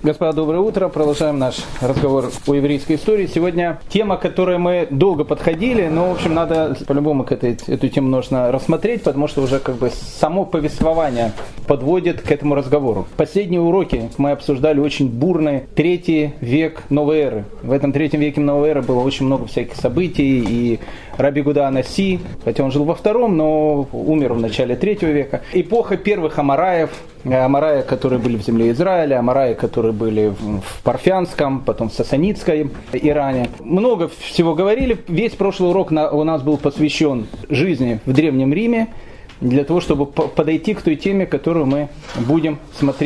Господа, доброе утро. Продолжаем наш разговор о еврейской истории. Сегодня тема, к которой мы долго подходили, но, в общем, надо по-любому эту тему нужно рассмотреть, потому что уже само повествование подводит к этому разговору. Последние уроки мы обсуждали очень бурный третий век новой эры. В этом третьем веке новой эры было очень много всяких событий, и Раби Иуда Анаси, хотя он жил во втором, но умер в начале третьего века. Эпоха первых Амараев, которые были в земле Израиля, Амараи, которые были в Парфянском, потом в Сасанидском Иране. Много всего говорили. Весь прошлый урок у нас был посвящен жизни в Древнем Риме, для того, чтобы подойти к той теме, которую мы будем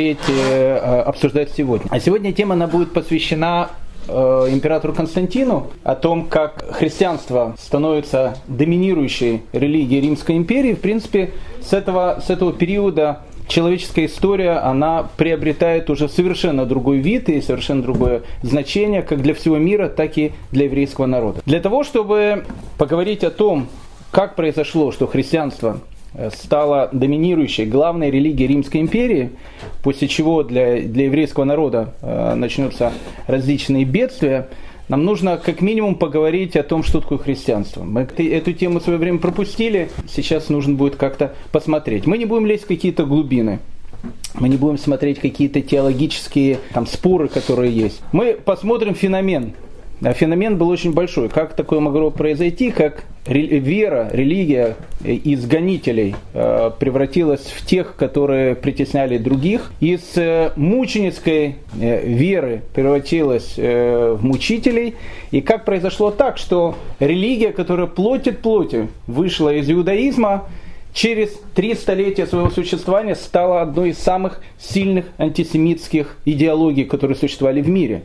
обсуждать сегодня. А сегодня тема она будет посвящена императору Константину, о том, как христианство становится доминирующей религией Римской империи. В принципе, с этого периода человеческая история, она приобретает уже совершенно другой вид и совершенно другое значение, как для всего мира, так и для еврейского народа. Для того, чтобы поговорить о том, как произошло, что христианство стало доминирующей, главной религией Римской империи, после чего для еврейского народа начнутся различные бедствия, нам нужно как минимум поговорить о том, что такое христианство. Мы эту тему в свое время пропустили, сейчас нужно будет как-то посмотреть. Мы не будем лезть в какие-то глубины, мы не будем смотреть какие-то теологические споры, которые есть. Мы посмотрим феномен. А феномен был очень большой. Как такое могло произойти, как вера, религия из гонителей превратилась в тех, которые притесняли других, из мученической веры превратилась в мучителей, и как произошло так, что религия, которая плоть от плоти вышла из иудаизма, через 3 столетия своего существования стала одной из самых сильных антисемитских идеологий, которые существовали в мире.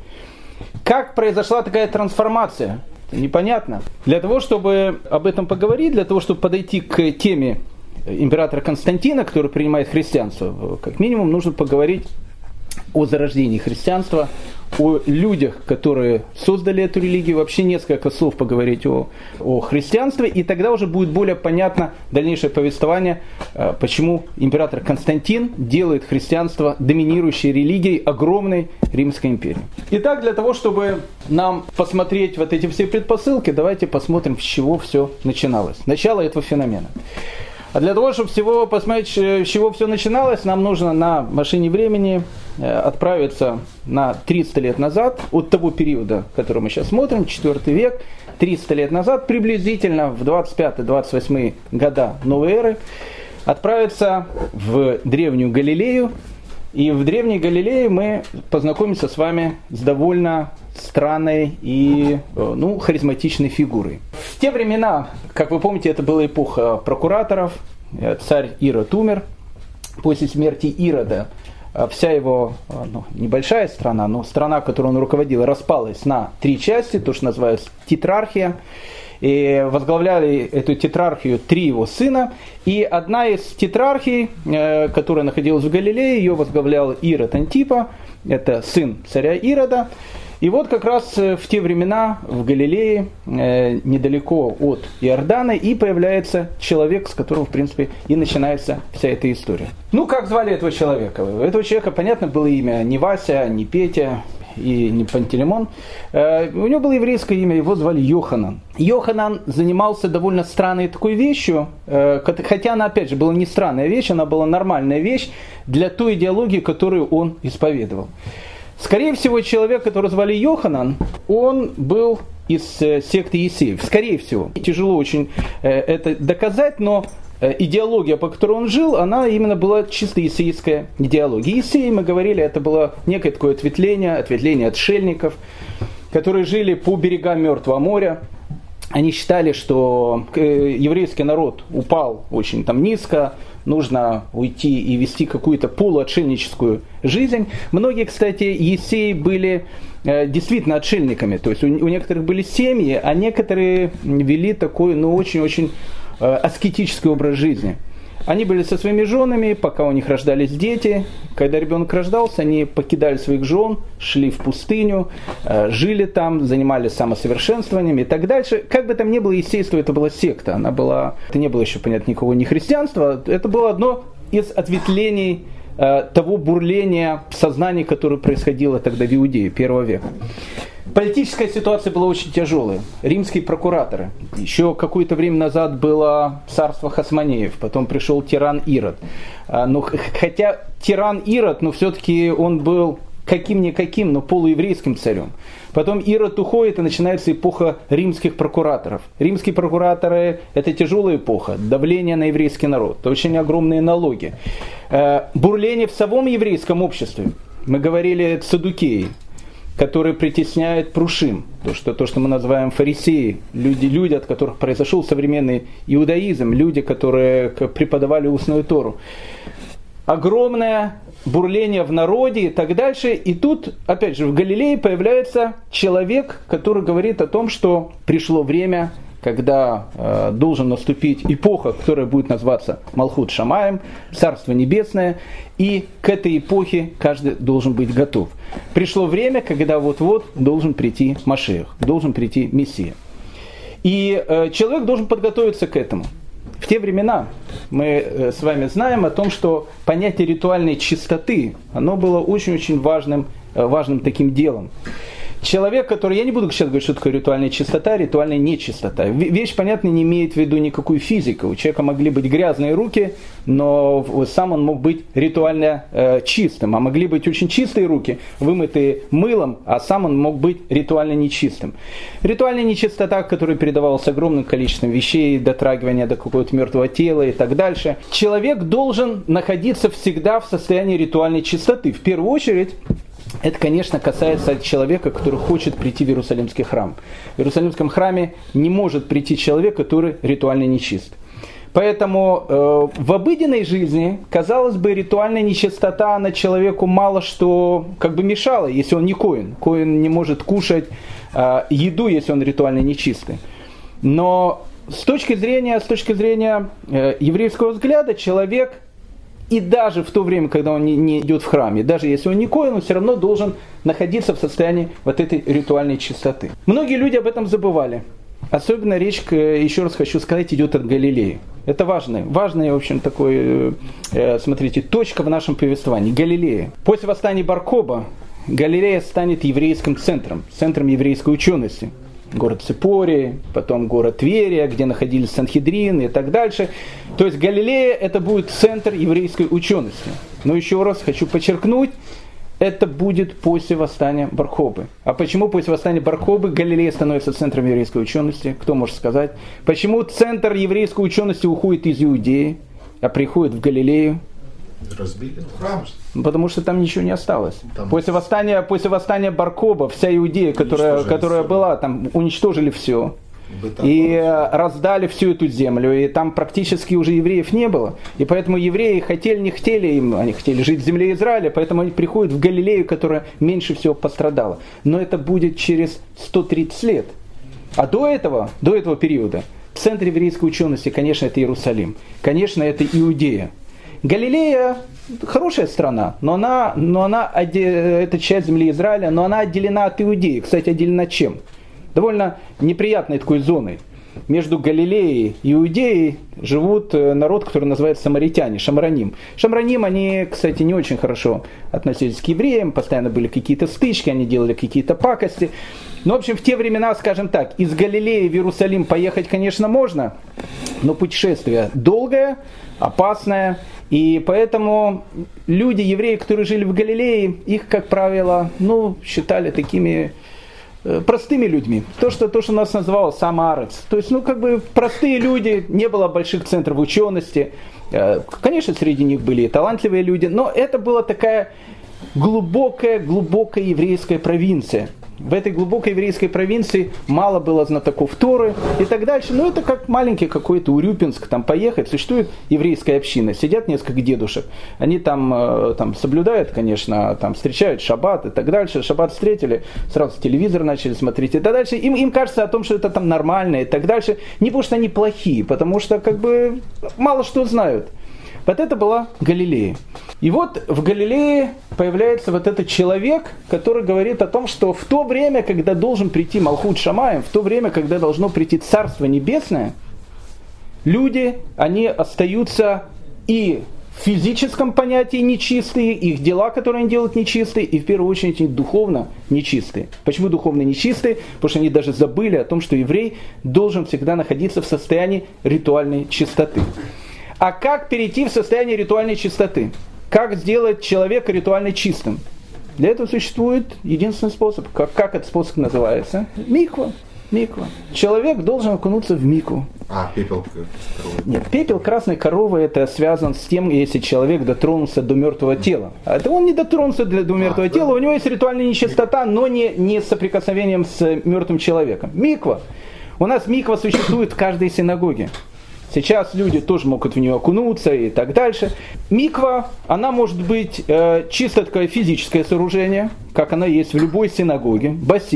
Как произошла такая трансформация? Непонятно. Для того, чтобы об этом поговорить, для того, чтобы подойти к теме императора Константина, который принимает христианство, как минимум нужно поговорить о зарождении христианства, о людях, которые создали эту религию, вообще несколько слов поговорить о христианстве, и тогда уже будет более понятно дальнейшее повествование, почему император Константин делает христианство доминирующей религией огромной Римской империи. Итак, для того, чтобы нам посмотреть вот эти все предпосылки, давайте посмотрим, с чего все начиналось. Начало этого феномена. А для того, чтобы посмотреть, с чего все начиналось, нам нужно на машине времени отправиться на 300 лет назад, от того периода, который мы сейчас смотрим, 4 век, 300 лет назад, приблизительно в 25-28 года новой эры, отправиться в Древнюю Галилею. И в Древней Галилее мы познакомимся с вами с довольно странной и харизматичной фигурой. В те времена, как вы помните, это была эпоха прокураторов, царь Ирод умер. После смерти Ирода вся его небольшая страна, но страна, которой он руководил, распалась на 3 части, то, что называется тетрархия. И возглавляли эту тетрархию 3 его сына. И одна из тетрархий, которая находилась в Галилее, ее возглавлял Ирод Антипа, это сын царя Ирода. И вот как раз в те времена в Галилее, недалеко от Иордана, и появляется человек, с которого, в принципе, и начинается вся эта история. Как звали этого человека? У этого человека, понятно, было имя не Вася, не Петя и не Пантелеймон. У него было еврейское имя, его звали Йоханан. Йоханан занимался довольно странной такой вещью, хотя она, опять же, была не странная вещь, она была нормальная вещь для той идеологии, которую он исповедовал. Скорее всего, человек, которого звали Йоханан, он был из секты Есеев. Скорее всего. Тяжело очень это доказать, но идеология, по которой он жил, она именно была чисто есеистская идеология. Есеи, мы говорили, это было некое такое ответвление отшельников, которые жили по берегам Мертвого моря. Они считали, что еврейский народ упал очень низко, нужно уйти и вести какую-то полуотшельническую жизнь. Многие, кстати, есеи были действительно отшельниками, то есть у некоторых были семьи, а некоторые вели такой, очень-очень аскетический образ жизни. Они были со своими женами, пока у них рождались дети. Когда ребенок рождался, они покидали своих жен, шли в пустыню, жили там, занимались самосовершенствованием и так дальше. Как бы там ни было, есейство это была секта. Это не было еще, понятно, никакого не христианства. Это было одно из ответвлений того бурления в сознании, которое происходило тогда в Иудее, первого века. Политическая ситуация была очень тяжелая. Римские прокураторы. Еще какое-то время назад было царство Хасмонеев, потом пришел тиран Ирод. Хотя тиран Ирод, но все-таки он был каким-никаким, но полуеврейским царем. Потом Ирод уходит, и начинается эпоха римских прокураторов. Римские прокураторы – это тяжелая эпоха, давление на еврейский народ, это очень огромные налоги. Бурление в самом еврейском обществе. Мы говорили саддукеи, которые притесняют прушим, то, что мы называем фарисеи, люди, от которых произошел современный иудаизм, люди, которые преподавали устную Тору. Огромное бурление в народе и так дальше. И тут, опять же, в Галилее появляется человек, который говорит о том, что пришло время, когда должен наступить эпоха, которая будет называться Малхут Шамаем, Царство Небесное, и к этой эпохе каждый должен быть готов. Пришло время, когда вот-вот должен прийти Машиах, должен прийти Мессия. И человек должен подготовиться к этому. В те времена мы с вами знаем о том, что понятие ритуальной чистоты, оно было очень-очень важным таким делом. Человек, который, я не буду сейчас говорить, что такое ритуальная чистота, ритуальная нечистота. Вещь, понятно, не имеет в виду никакую физику. У человека могли быть грязные руки, но сам он мог быть ритуально чистым. А могли быть очень чистые руки, вымытые мылом, а сам он мог быть ритуально нечистым. Ритуальная нечистота, которая передавалась огромным количеством вещей, дотрагивания до какого-то мертвого тела и так дальше. Человек должен находиться всегда в состоянии ритуальной чистоты. В первую очередь, это, конечно, касается человека, который хочет прийти в Иерусалимский храм. В Иерусалимском храме не может прийти человек, который ритуально нечист. Поэтому в обыденной жизни, казалось бы, ритуальная нечистота, она человеку мало что мешала, если он не коэн. Коэн не может кушать еду, если он ритуально нечистый. Но с точки зрения еврейского взгляда, человек, и даже в то время, когда он не идет в храм, и даже если он не коэн, он все равно должен находиться в состоянии вот этой ритуальной чистоты. Многие люди об этом забывали. Особенно речь, еще раз хочу сказать, идет от Галилеи. Это важная, в общем, смотрите, точка в нашем повествовании. Галилея. После восстания Бар-Коба Галилея станет еврейским центром еврейской учености. Город Ципорий, потом город Тверия, где находились Санхедрин и так дальше. То есть Галилея это будет центр еврейской учености. Но еще раз хочу подчеркнуть, это будет после восстания Бар-Кобы. А почему после восстания Бар-Кобы Галилея становится центром еврейской учености? Кто может сказать? Почему центр еврейской учености уходит из Иудеи, а приходит в Галилею? Разбили храм. Потому что там ничего не осталось. После восстания Бар-Коба вся Иудея, которая была, там уничтожили все. И раздали всю эту землю. И там практически уже евреев не было. И поэтому евреи хотели, не хотели, они хотели жить в земле Израиля, поэтому они приходят в Галилею, которая меньше всего пострадала. Но это будет через 130 лет. А до этого периода центр еврейской учености, конечно, это Иерусалим. Конечно, это Иудея. Галилея хорошая страна, но она это часть земли Израиля, но она отделена от Иудеи. Кстати, отделена чем? Довольно неприятной такой зоной. Между Галилеей и Иудеей живут народ, который называется самаритяне, шамраним. Шамраним, они, кстати, не очень хорошо относились к евреям, постоянно были какие-то стычки, они делали какие-то пакости. Но, в общем, в те времена, скажем так, из Галилеи в Иерусалим поехать, конечно, можно, но путешествие долгое, опасное. И поэтому люди, евреи, которые жили в Галилее, их, как правило, считали такими простыми людьми. То, что у нас называлось самарец. То есть, простые люди, не было больших центров учености. Конечно, среди них были и талантливые люди, но это была такая глубокая еврейская провинция. В этой глубокой еврейской провинции мало было знатоков Торы и так дальше. Но это как маленький какой-то Урюпинск, там поехать, существует еврейская община, сидят несколько дедушек, они там соблюдают, конечно, там встречают шаббат и так дальше. Шаббат встретили, сразу телевизор начали смотреть и так дальше. Им кажется о том, что это там нормально и так дальше. Не потому что они плохие, потому что мало что знают. Вот это была Галилея. И вот в Галилее появляется вот этот человек, который говорит о том, что в то время, когда должен прийти Малхут Шамаем, в то время, когда должно прийти Царство Небесное, люди, они остаются и в физическом понятии нечистые, их дела, которые они делают, нечистые, и в первую очередь они духовно нечистые. Почему духовно нечистые? Потому что они даже забыли о том, что еврей должен всегда находиться в состоянии ритуальной чистоты. А как перейти в состояние ритуальной чистоты? Как сделать человека ритуально чистым? Для этого существует единственный способ. Как этот способ называется? Миква. Миква. Человек должен окунуться в микву. Пепел коровы. Нет, пепел красной коровы это связан с тем, если человек дотронулся до мертвого тела. А это он не дотронулся до мертвого тела, у него есть ритуальная нечистота, но не с соприкосновением с мертвым человеком. Миква. У нас миква существует в каждой синагоге. Сейчас люди тоже могут в нее окунуться и так дальше. Миква, она может быть чисто такое физическое сооружение, как она есть в любой синагоге.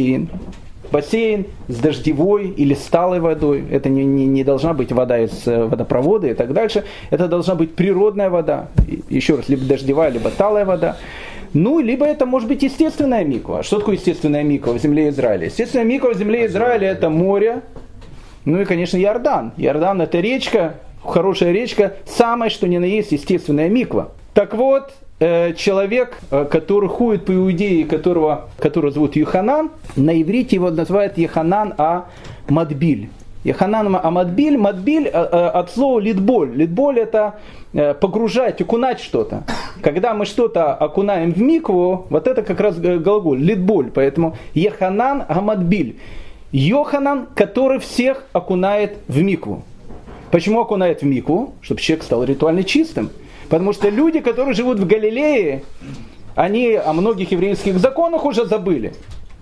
Бассейн с дождевой или с талой водой. Это не должна быть вода из водопровода и так дальше. Это должна быть природная вода. Еще раз, либо дождевая, либо талая вода. Либо это может быть естественная миква. Что такое естественная миква в земле Израиля? Естественная миква в земле Израиля это море. И, конечно, Иордан. Иордан это речка, хорошая речка, самое что ни на есть естественная миква. Так вот, человек, который ходит по Иудее, которого зовут Йоханан, на иврите его называют Йоханан а-Мадбиль. Йоханан а-Мадбиль, Мадбиль от слова литболь. Литболь это погружать, окунать что-то. Когда мы что-то окунаем в микву, вот это как раз глагол литболь. Поэтому Йоханан а-Мадбиль. Йоханан, который всех окунает в микву. Почему окунает в микву? Чтобы человек стал ритуально чистым. Потому что люди, которые живут в Галилее, они о многих еврейских законах уже забыли.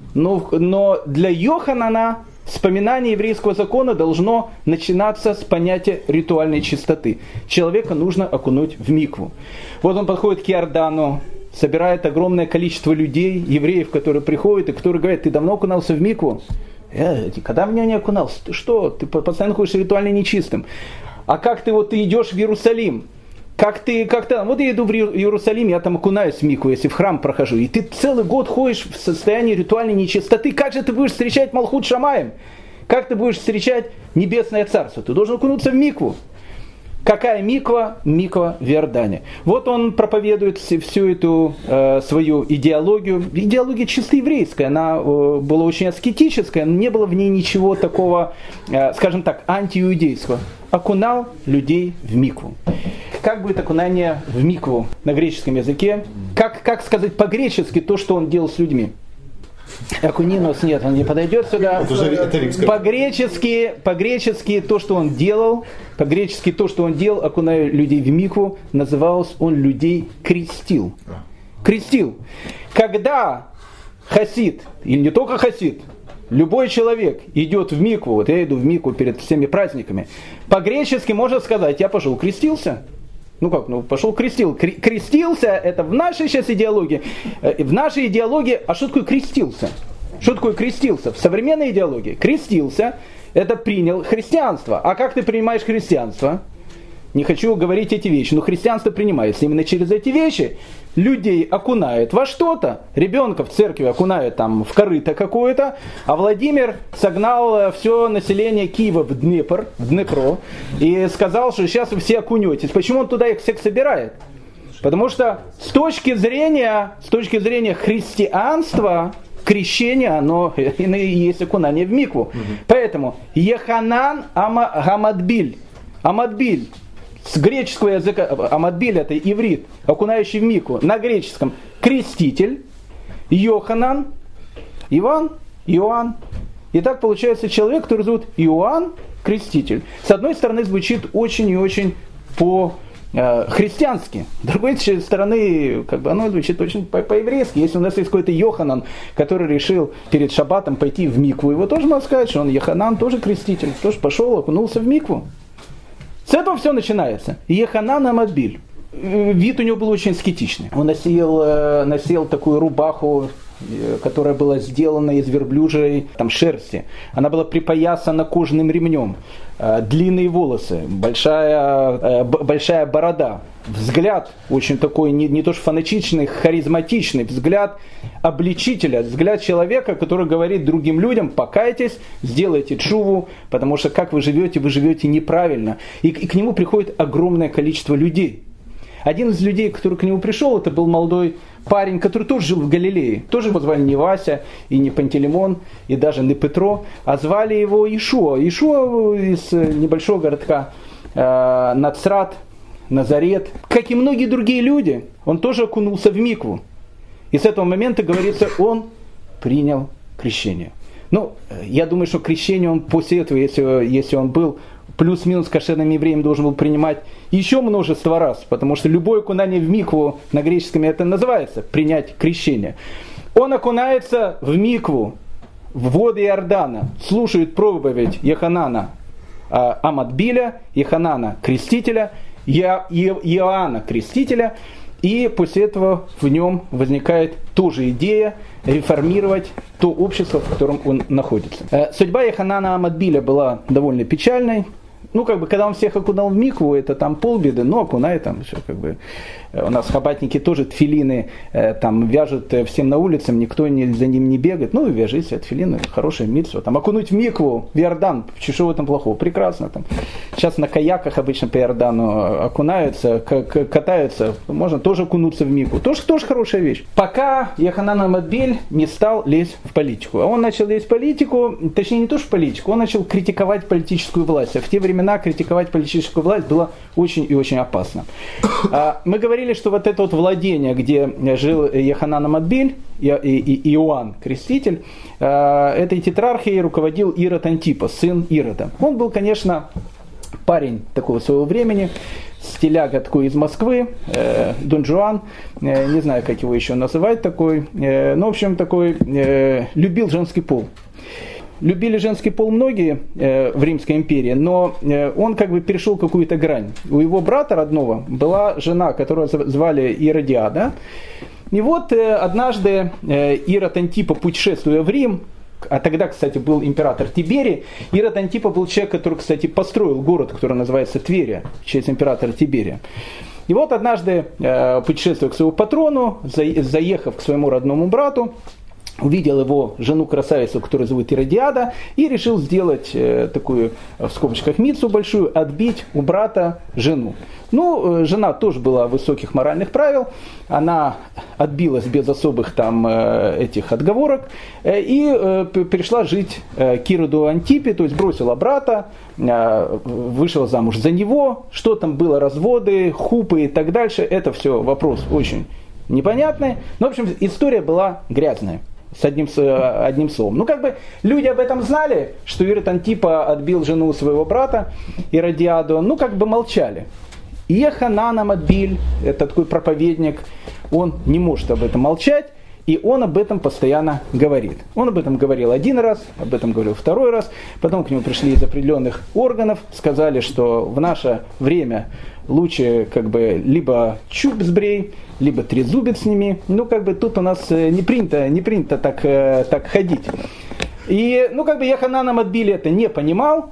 Но для Йоханана вспоминание еврейского закона должно начинаться с понятия ритуальной чистоты. Человека нужно окунуть в микву. Вот он подходит к Иордану, собирает огромное количество людей, евреев, которые приходят и которые говорят: ты давно окунался в микву? Когда в нее не окунался? Ты что? Ты постоянно ходишь ритуально нечистым. А как ты идешь в Иерусалим? Вот я иду в Иерусалим, я там окунаюсь в микву, если в храм прохожу, и ты целый год ходишь в состоянии ритуальной нечистоты. Как же ты будешь встречать Малхут Шамаим? Как ты будешь встречать Небесное Царство? Ты должен окунуться в микву. Какая миква? Миква в Иордане. Вот он проповедует всю эту свою идеологию. Идеология чисто еврейская, она была очень аскетическая, но не было в ней ничего такого, скажем так, антииудейского. Окунал людей в микву. Как будет окунание в микву на греческом языке? Как сказать по-гречески то, что он делал с людьми? Акунинус нет, он не подойдет сюда. По-гречески то, что он делал, окуная людей в микву, называлось он людей крестил. Крестил. Когда хасид, или не только хасид, любой человек идет в микву, вот я иду в микву перед всеми праздниками, по-гречески можно сказать: я пошел крестился. Пошел крестил. Крестился, это в нашей сейчас идеологии. В нашей идеологии, а что такое крестился? Что такое крестился? В современной идеологии крестился, это принял христианство. А как ты принимаешь христианство? Не хочу говорить эти вещи, но христианство принимается именно через эти вещи. Людей окунают во что-то. Ребенка в церкви окунают там в корыто какое-то, а Владимир согнал все население Киева в Днепро и сказал, что сейчас вы все окунетесь. Почему он туда их всех собирает? Потому что с точки зрения христианства, крещение, оно и есть окунание в микву. Поэтому Йоханан а-Мадбиль. Амадбиль. С греческого языка, Амадбиль это иврит, окунающий в микву. На греческом креститель, Йоханан, Иоанн. И так получается человек, который зовут Иоанн, креститель. С одной стороны звучит очень и очень по-христиански. С другой стороны, оно звучит очень по-еврейски. Если у нас есть какой-то Йоханан, который решил перед шаббатом пойти в микву, его тоже можно сказать, что он Йоханан, тоже креститель, тоже пошел, окунулся в микву. С этого все начинается. Йоханан а-Мадбиль. Вид у него был очень аскетичный. Он носил такую рубаху, которая была сделана из верблюжьей шерсти. Она была припоясана кожаным ремнем. Длинные волосы, большая борода. Взгляд очень такой, не то что фанатичный, харизматичный. Взгляд обличителя, взгляд человека, который говорит другим людям: покайтесь, сделайте тшуву, потому что как вы живете неправильно. И к нему приходит огромное количество людей. Один из людей, который к нему пришел, это был молодой парень, который тоже жил в Галилее. Тоже его звали не Вася, и не Пантелеймон, и даже не Петро, а звали его Иешуа. Иешуа из небольшого городка Нацрат, Назарет. Как и многие другие люди, он тоже окунулся в микву. И с этого момента, говорится, он принял крещение. Ну, я думаю, что крещение он после этого, если он был плюс-минус кошерным евреем, должен был принимать еще множество раз, потому что любое окунание в микву, на греческом это называется, принять крещение. Он окунается в микву, в воды Иордана, слушает проповедь Йоханана Аматбиля, Йоханана Крестителя, Иоанна Крестителя, и после этого в нем возникает тоже идея реформировать то общество, в котором он находится. Судьба Йоханана Аматбиля была довольно печальной. Ну, как бы, когда он всех окунал в микву, это там полбеды, но окунает там все, как бы. У нас хабатники тоже тфилины там вяжут всем на улице, никто за ним не бегает. Ну, вяжите, тфилины, хорошая митцва. Там окунуть в микву, в Иордан, что в этом плохого? Прекрасно. Там. Сейчас на каяках обычно по Иордану окунаются, катаются. Можно тоже окунуться в микву. Тоже хорошая вещь. Пока Йоханан Аматбиль не стал лезть в политику. А он начал лезть в политику, точнее не то, что в политику, он начал критиковать политическую власть. А в те времена критиковать политическую власть было очень и очень опасно. Мы говорили, что вот это вот владение, где жил Йоханан Аматбиль и Иоанн Креститель, этой тетрархией руководил Ирод Антипас, сын Ирода. Он был, конечно, парень такого своего времени, стиляга такой из Москвы, Дон Жуан, не знаю, как его еще называть такой, ну, в общем, такой, любил женский пол. Любили женский пол многие в Римской империи, но он как бы перешел какую-то грань. У его брата родного была жена, которую звали Иродиада. И вот однажды Ирод Антипа, путешествуя в Рим, а тогда, кстати, был император Тиберий, Ирод Антипа был человек, который, кстати, построил город, который называется Тверия, в честь императора Тиберия. И вот однажды, путешествуя к своему патрону, заехав к своему родному брату, увидел его жену-красавицу, которую зовут Иродиада, и решил сделать такую, в скобочках, мицу большую, отбить у брата жену. Ну, жена тоже была высоких моральных правил, она отбилась без особых там этих отговорок, и перешла жить к Ироду Антипе, то есть бросила брата, вышла замуж за него, что там было, разводы, хупы и так дальше, это все вопрос очень непонятный, но, в общем, история была грязная. С одним словом. Ну, как бы люди об этом знали, что Ирод Антипа отбил жену своего брата Иродиаду, ну, как бы молчали. И Йоханан Аматбиль, это такой проповедник, он не может об этом молчать, и он об этом постоянно говорит. Он об этом говорил один раз, об этом говорил второй раз, потом к нему пришли из определенных органов, сказали, что в наше время лучше как бы либо чуб сбрей, либо трезубец сними. Ну, как бы тут у нас не принято так ходить. И, ну, как бы Йоханан Аматбиль это не понимал,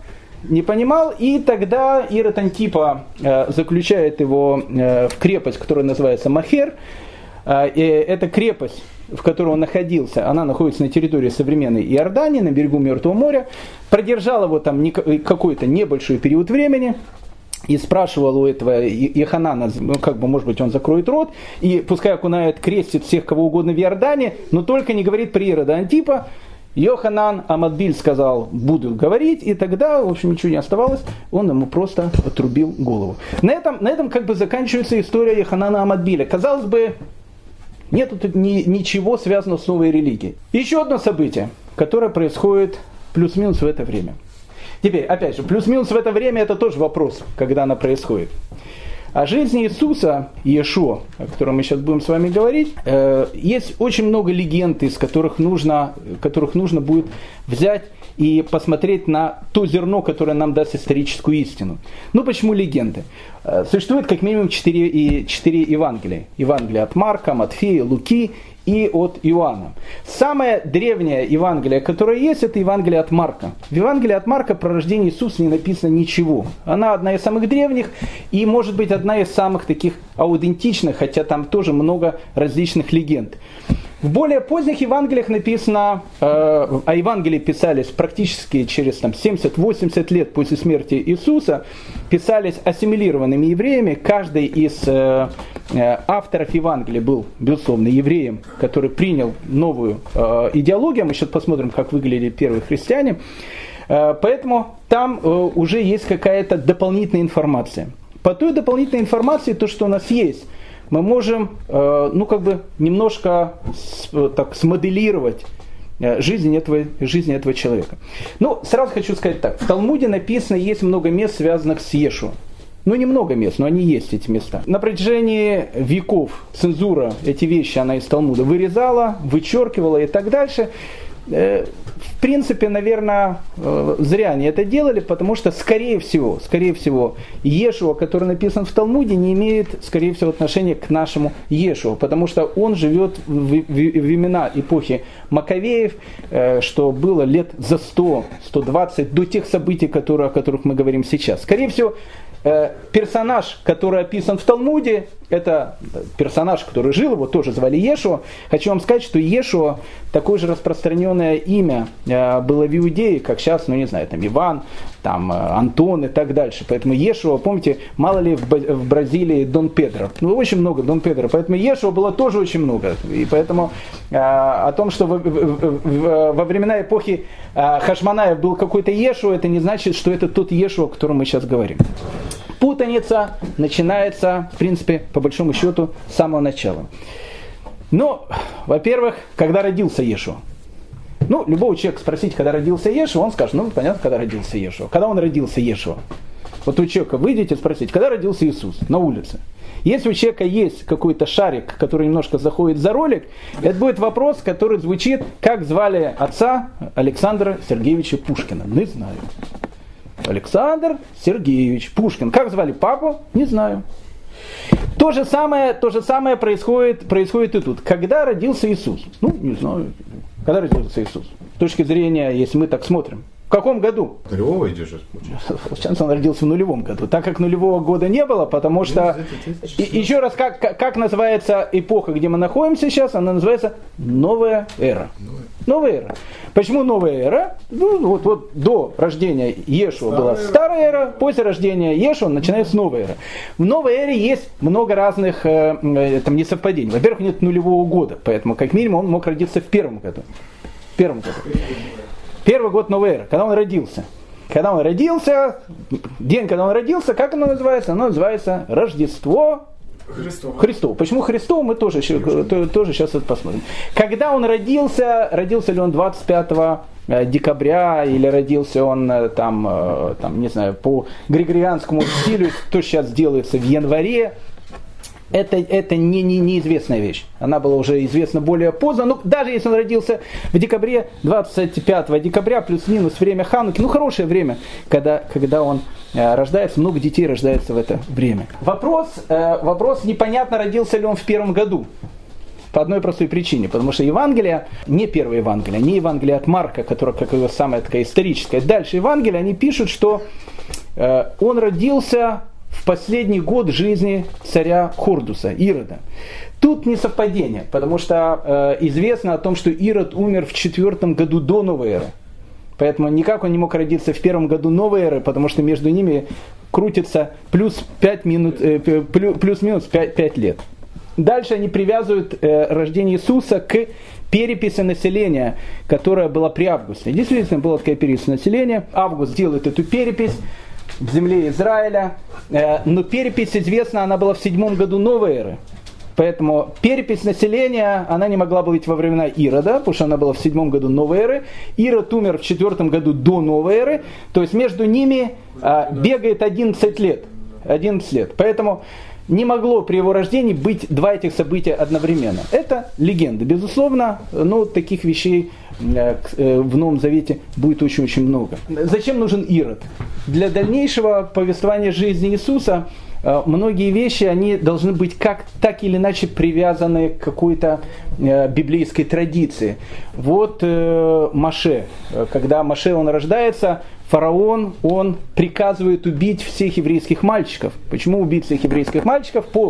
и тогда Ирод Антипа заключает его в крепость, которая называется Махер. И эта крепость, в которой он находился, она находится на территории современной Иордании, на берегу Мертвого моря. Продержал его там какой-то небольшой период времени. И спрашивал у этого Йоханана, ну, как бы, может быть, он закроет рот, и пускай окунает, крестит всех, кого угодно в Иордане, но только не говорит при Ирода Антипа. Йоханан Аматбиль сказал, буду говорить, и тогда, в общем, ничего не оставалось, он ему просто отрубил голову. На этом как бы заканчивается история Йоханана Аматбиля. Казалось бы, нет тут ничего связанного с новой религией. Еще одно событие, которое происходит плюс-минус в это время. Теперь, опять же, плюс-минус в это время это тоже вопрос, когда она происходит. О жизни Иисуса, Иешуа, о котором мы сейчас будем с вами говорить, есть очень много легенд, из которых нужно будет взять и посмотреть на то зерно, которое нам даст историческую истину. Ну, почему легенды? Существует как минимум 4 Евангелия. Евангелие от Марка, Матфея, Луки и от Иоанна. Самое древнее Евангелие, которое есть, это Евангелие от Марка. В Евангелии от Марка про рождение Иисуса не написано ничего. Она одна из самых древних и, может быть, одна из самых таких аутентичных, хотя там тоже много различных легенд. В более поздних Евангелиях написано, а Евангелии писались практически через 70-80 лет после смерти Иисуса, писались ассимилированными евреями. Каждый из авторов Евангелия был, безусловно, евреем, который принял новую идеологию. Мы сейчас посмотрим, как выглядели первые христиане. Поэтому там уже есть какая-то дополнительная информация. По той дополнительной информации, то, что у нас есть, мы можем немножко так смоделировать жизнь этого человека. Сразу хочу сказать так. В Талмуде написано, есть много мест, связанных с Иешуа. Немного мест, но они есть, эти места. На протяжении веков цензура эти вещи, она из Талмуда вырезала, вычеркивала и так дальше. В принципе, наверное, зря они это делали, потому что, скорее всего, Иешуа, который написан в Талмуде, не имеет, скорее всего, отношения к нашему Иешуа, потому что он живет в времена эпохи Маковеев, что было лет за 100-120 до тех событий, о которых мы говорим сейчас. Скорее всего, персонаж, который описан в Талмуде, это персонаж, который жил, его тоже звали Иешуа. Хочу вам сказать, что Иешуа такое же распространенное имя было в Иудее, как сейчас, Иван, Антон и так дальше. Поэтому Иешуа, помните, мало ли в Бразилии Дон Педро. Очень много Дон Педро. Поэтому Иешуа было тоже очень много. И поэтому о том, что во времена эпохи Хашманаев был какой-то Иешуа, это не значит, что это тот Иешуа, о котором мы сейчас говорим. Путаница начинается, в принципе, по большому счету, с самого начала. Во-первых, когда родился Иешуа. Любого человека спросить, когда родился Иешуа, он скажет, понятно, когда родился Иешуа. Когда он родился Иешуа? Вот у человека выйдите и спросите, когда родился Иисус на улице? Если у человека есть какой-то шарик, который немножко заходит за ролик, это будет вопрос, который звучит, как звали отца Александра Сергеевича Пушкина. Не знаю. Александр Сергеевич Пушкин. Как звали папу? Не знаю. То же самое происходит и тут. Когда родился Иисус? Не знаю. Когда родился Иисус? С точки зрения, если мы так смотрим. В каком году? Нулевого идешь? Сейчас он родился в нулевом году. Так как нулевого года не было, потому что... Еще раз, как называется эпоха, где мы находимся сейчас? Она называется Новая эра. Новая эра. Почему новая эра? Вот до рождения Иешуа была старая эра, после рождения Иешуа начинается новая эра. В новой эре есть много разных несовпадений. Во-первых, нет нулевого года, поэтому как минимум он мог родиться в первом году. Первый год новой эры, когда он родился. День, когда он родился, как оно называется? Оно называется Рождество Христово. Почему Христово, мы тоже сейчас это посмотрим. Когда он родился ли он 25 декабря, или родился он не знаю, по григорианскому стилю, то сейчас делается в январе. Это неизвестная вещь. Она была уже известна более поздно. Но даже если он родился в декабре, 25 декабря, плюс-минус время Хануки, хорошее время, когда он рождается, много детей рождается в это время. Вопрос непонятно, родился ли он в первом году. По одной простой причине, потому что Евангелие, не первое Евангелие, не Евангелие от Марка, которое как его самое такое историческое. Дальше Евангелие, они пишут, что он родился в последний год жизни царя Хордуса, Ирода. Тут не совпадение, потому что известно о том, что Ирод умер в 4 году до новой эры. Поэтому никак он не мог родиться в 1 году новой эры, потому что между ними крутится плюс-минус 5 лет. Дальше они привязывают рождение Иисуса к переписи населения, которая была при Августе. Действительно, была такая перепись населения. Август делает эту перепись в земле Израиля, но перепись, известна, она была в 7 году новой эры. Поэтому перепись населения, она не могла быть во времена Ирода, потому что она была в 7 году новой эры. Ирод умер в 4 году до новой эры, то есть между ними бегает 11 лет. 11 лет. Поэтому не могло при его рождении быть два этих события одновременно. Это легенда, безусловно, но таких вещей в Новом Завете будет очень-очень много. Зачем нужен Ирод? Для дальнейшего повествования жизни Иисуса многие вещи, они должны быть так или иначе привязаны к какой-то библейской традиции. Вот Моше. Когда Моше он рождается, фараон, он приказывает убить всех еврейских мальчиков. Почему убить всех еврейских мальчиков? По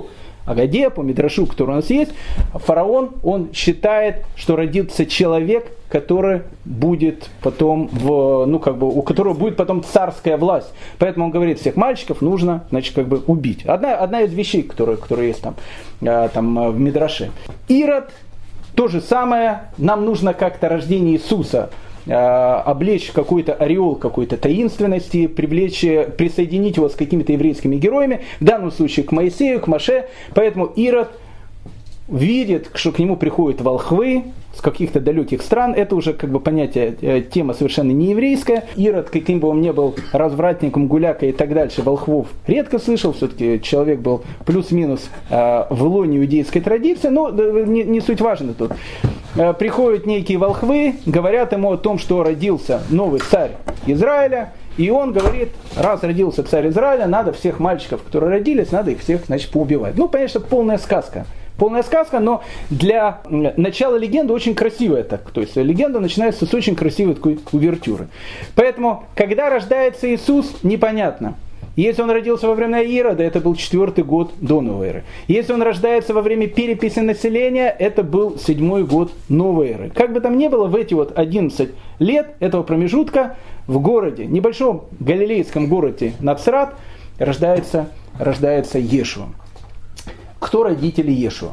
Агаде, по Мидрашу, который у нас есть, фараон, он считает, что родится человек, который будет потом, у которого будет потом царская власть. Поэтому он говорит, всех мальчиков нужно, убить. Одна из вещей, которые есть там в Мидраше. Ирод, то же самое, нам нужно как-то рождение Иисуса облечь в какой-то ореол какой-то таинственности, присоединить его с какими-то еврейскими героями, в данном случае к Моисею, к Моше. Поэтому Ирод видит, что к нему приходят волхвы с каких-то далеких стран. Это уже понятие, тема совершенно не еврейская. Ирод, каким бы он ни был развратником, гулякой и так дальше, волхвов редко слышал. Все-таки человек был плюс-минус в лоне иудейской традиции, но не суть важно тут. Приходят некие волхвы, говорят ему о том, что родился новый царь Израиля, и он говорит, раз родился царь Израиля, надо всех мальчиков, которые родились, надо их всех, поубивать. Конечно, полная сказка. Полная сказка, но для начала легенды очень красивая так. То есть легенда начинается с очень красивой такой увертюры. Поэтому, когда рождается Иисус, непонятно. Если он родился во время Ирода, это был 4-й год до новой эры. Если он рождается во время переписи населения, это был 7-й год новой эры. Как бы там ни было, в эти 11 лет этого промежутка в городе, небольшом галилейском городе Нацрат, рождается Иешуа. Кто родители Иешуа?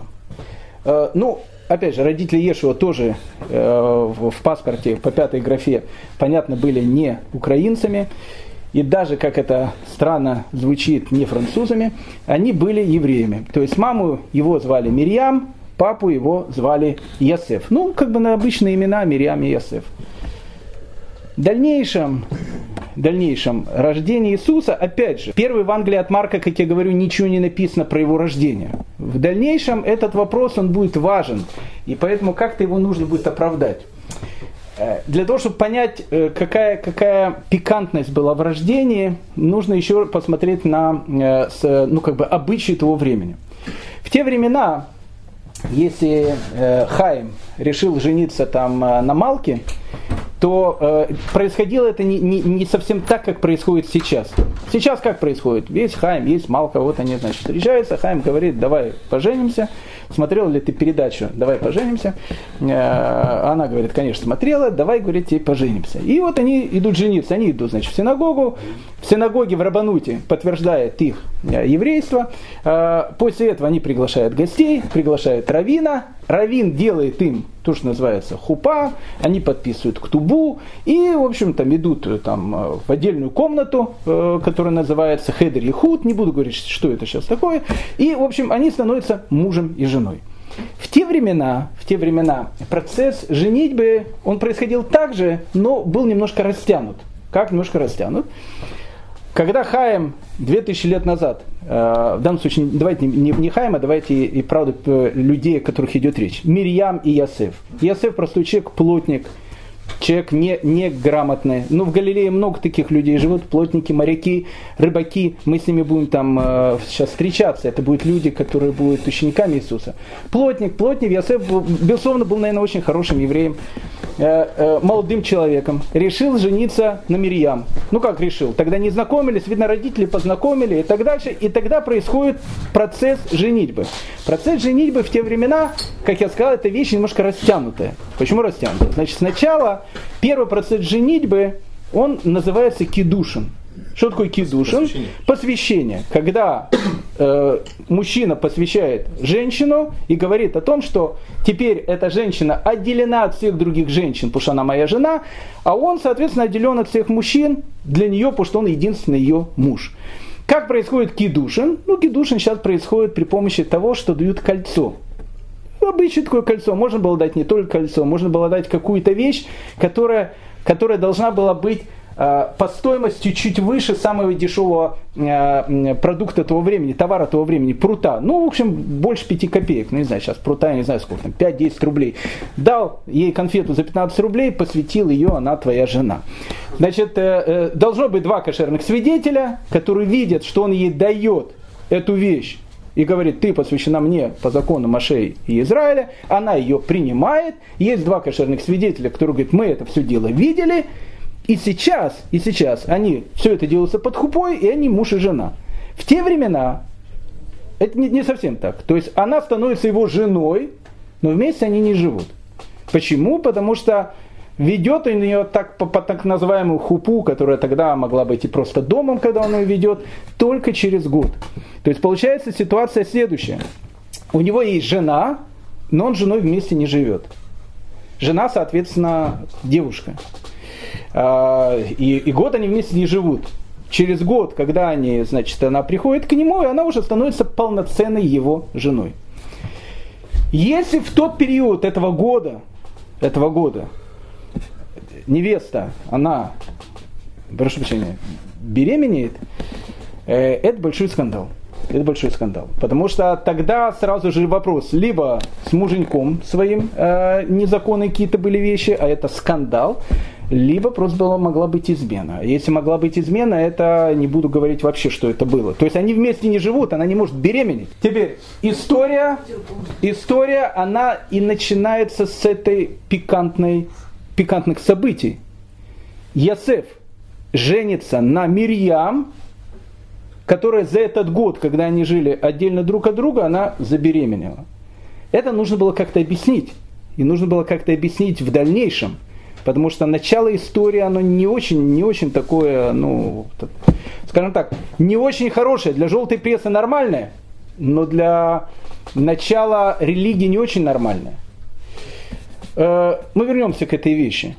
Опять же, родители Иешуа тоже в паспорте по 5-й графе, понятно, были не украинцами. И даже, как это странно звучит, не французами, они были евреями. То есть маму его звали Мирьям, папу его звали Йосеф. На обычные имена Мирьям и Йосеф. В дальнейшем рождение Иисуса, опять же, первое Евангелие от Марка, как я говорю, ничего не написано про его рождение. В дальнейшем этот вопрос, он будет важен, и поэтому как-то его нужно будет оправдать. Для того, чтобы понять, какая пикантность была в рождении, нужно еще посмотреть на обычаи того времени. В те времена, если Хаим решил жениться на Малке, то происходило это не совсем так, как происходит сейчас. Сейчас как происходит? Есть Хаим, есть Малка, они, встречаются, Хаим говорит, давай поженимся. Смотрела ли ты передачу «Давай поженимся»? Она говорит, конечно, смотрела, давай, говорит, теперь поженимся. И они идут жениться, они идут, в синагогу. В синагоге в Рабануте подтверждает их еврейство. После этого они приглашают гостей, приглашают раввина. Раввин делает им то, что называется хупа, они подписывают ктубу и, в общем, идут в отдельную комнату, которая называется хедер ехуд, не буду говорить, что это сейчас такое, и, в общем, они становятся мужем и женой. В те времена процесс женитьбы, он происходил так же, но был немножко растянут. Как немножко растянут? Когда Хаим 2000 лет назад, в данном случае давайте не Хаима, давайте и правда людей, о которых идет речь, Мирьям и Йосеф. Йосеф простой человек, плотник, человек неграмотный. В Галилее много таких людей живут, плотники, моряки, рыбаки. Мы с ними будем сейчас встречаться. Это будут люди, которые будут учениками Иисуса. Плотник. Йосеф, безусловно, был, наверное, очень хорошим евреем, молодым человеком. Решил жениться на Мирьям. Как решил? Тогда не знакомились, видно, родители познакомили и так дальше. И тогда происходит процесс женитьбы. Процесс женитьбы в те времена, как я сказал, это вещь немножко растянутая. Почему растянутая? Значит, сначала первый процесс женитьбы, он называется кидушин. Что такое кидушин? Посвящение. Когда мужчина посвящает женщину и говорит о том, что теперь эта женщина отделена от всех других женщин, потому что она моя жена, а он, соответственно, отделен от всех мужчин для нее, потому что он единственный ее муж. Как происходит кидушин? Кидушин сейчас происходит при помощи того, что дают кольцо. Обычное такое кольцо. Можно было дать не только кольцо, можно было дать какую-то вещь, которая должна была быть по стоимости чуть выше самого дешевого продукта того времени, товара того времени, прута. В общем, больше 5 копеек. Не знаю, сейчас прута, я не знаю сколько, 5-10 рублей. Дал ей конфету за 15 рублей, посвятил ее, она твоя жена. Значит, должно быть 2 кошерных свидетеля, которые видят, что он ей дает эту вещь. И говорит, ты посвящена мне по закону Моше и Израиля, она ее принимает. Есть 2 кошерных свидетеля, которые говорят, мы это все дело видели. И сейчас они, все это делается под хупой, и они муж и жена. В те времена Это не совсем так. То есть она становится его женой, но вместе они не живут. Почему? Потому что ведет он ее так, по так называемому хупу, которая тогда могла быть и просто домом, когда он ее ведет, только через год. То есть получается ситуация следующая. У него есть жена, но он с женой вместе не живет. Жена, соответственно, девушка. И год они вместе не живут. Через год, когда она приходит к нему, и она уже становится полноценной его женой. Если в тот период этого года невеста, она, прошу прощения, беременеет, это большой скандал. Это большой скандал. Потому что тогда сразу же вопрос, либо с муженьком своим незаконные какие-то были вещи, а это скандал, либо просто могла быть измена. Если могла быть измена, это не буду говорить вообще, что это было. То есть они вместе не живут, она не может беременеть. Теперь история, она и начинается с этой пикантных событий. Йосеф женится на Мирьям, которая за этот год, когда они жили отдельно друг от друга, она забеременела. Это нужно было как-то объяснить. И нужно было как-то объяснить в дальнейшем. Потому что начало истории, оно не очень такое, скажем так, не очень хорошее. Для желтой прессы нормальное, но для начала религии не очень нормальное. Мы вернемся к этой вещи.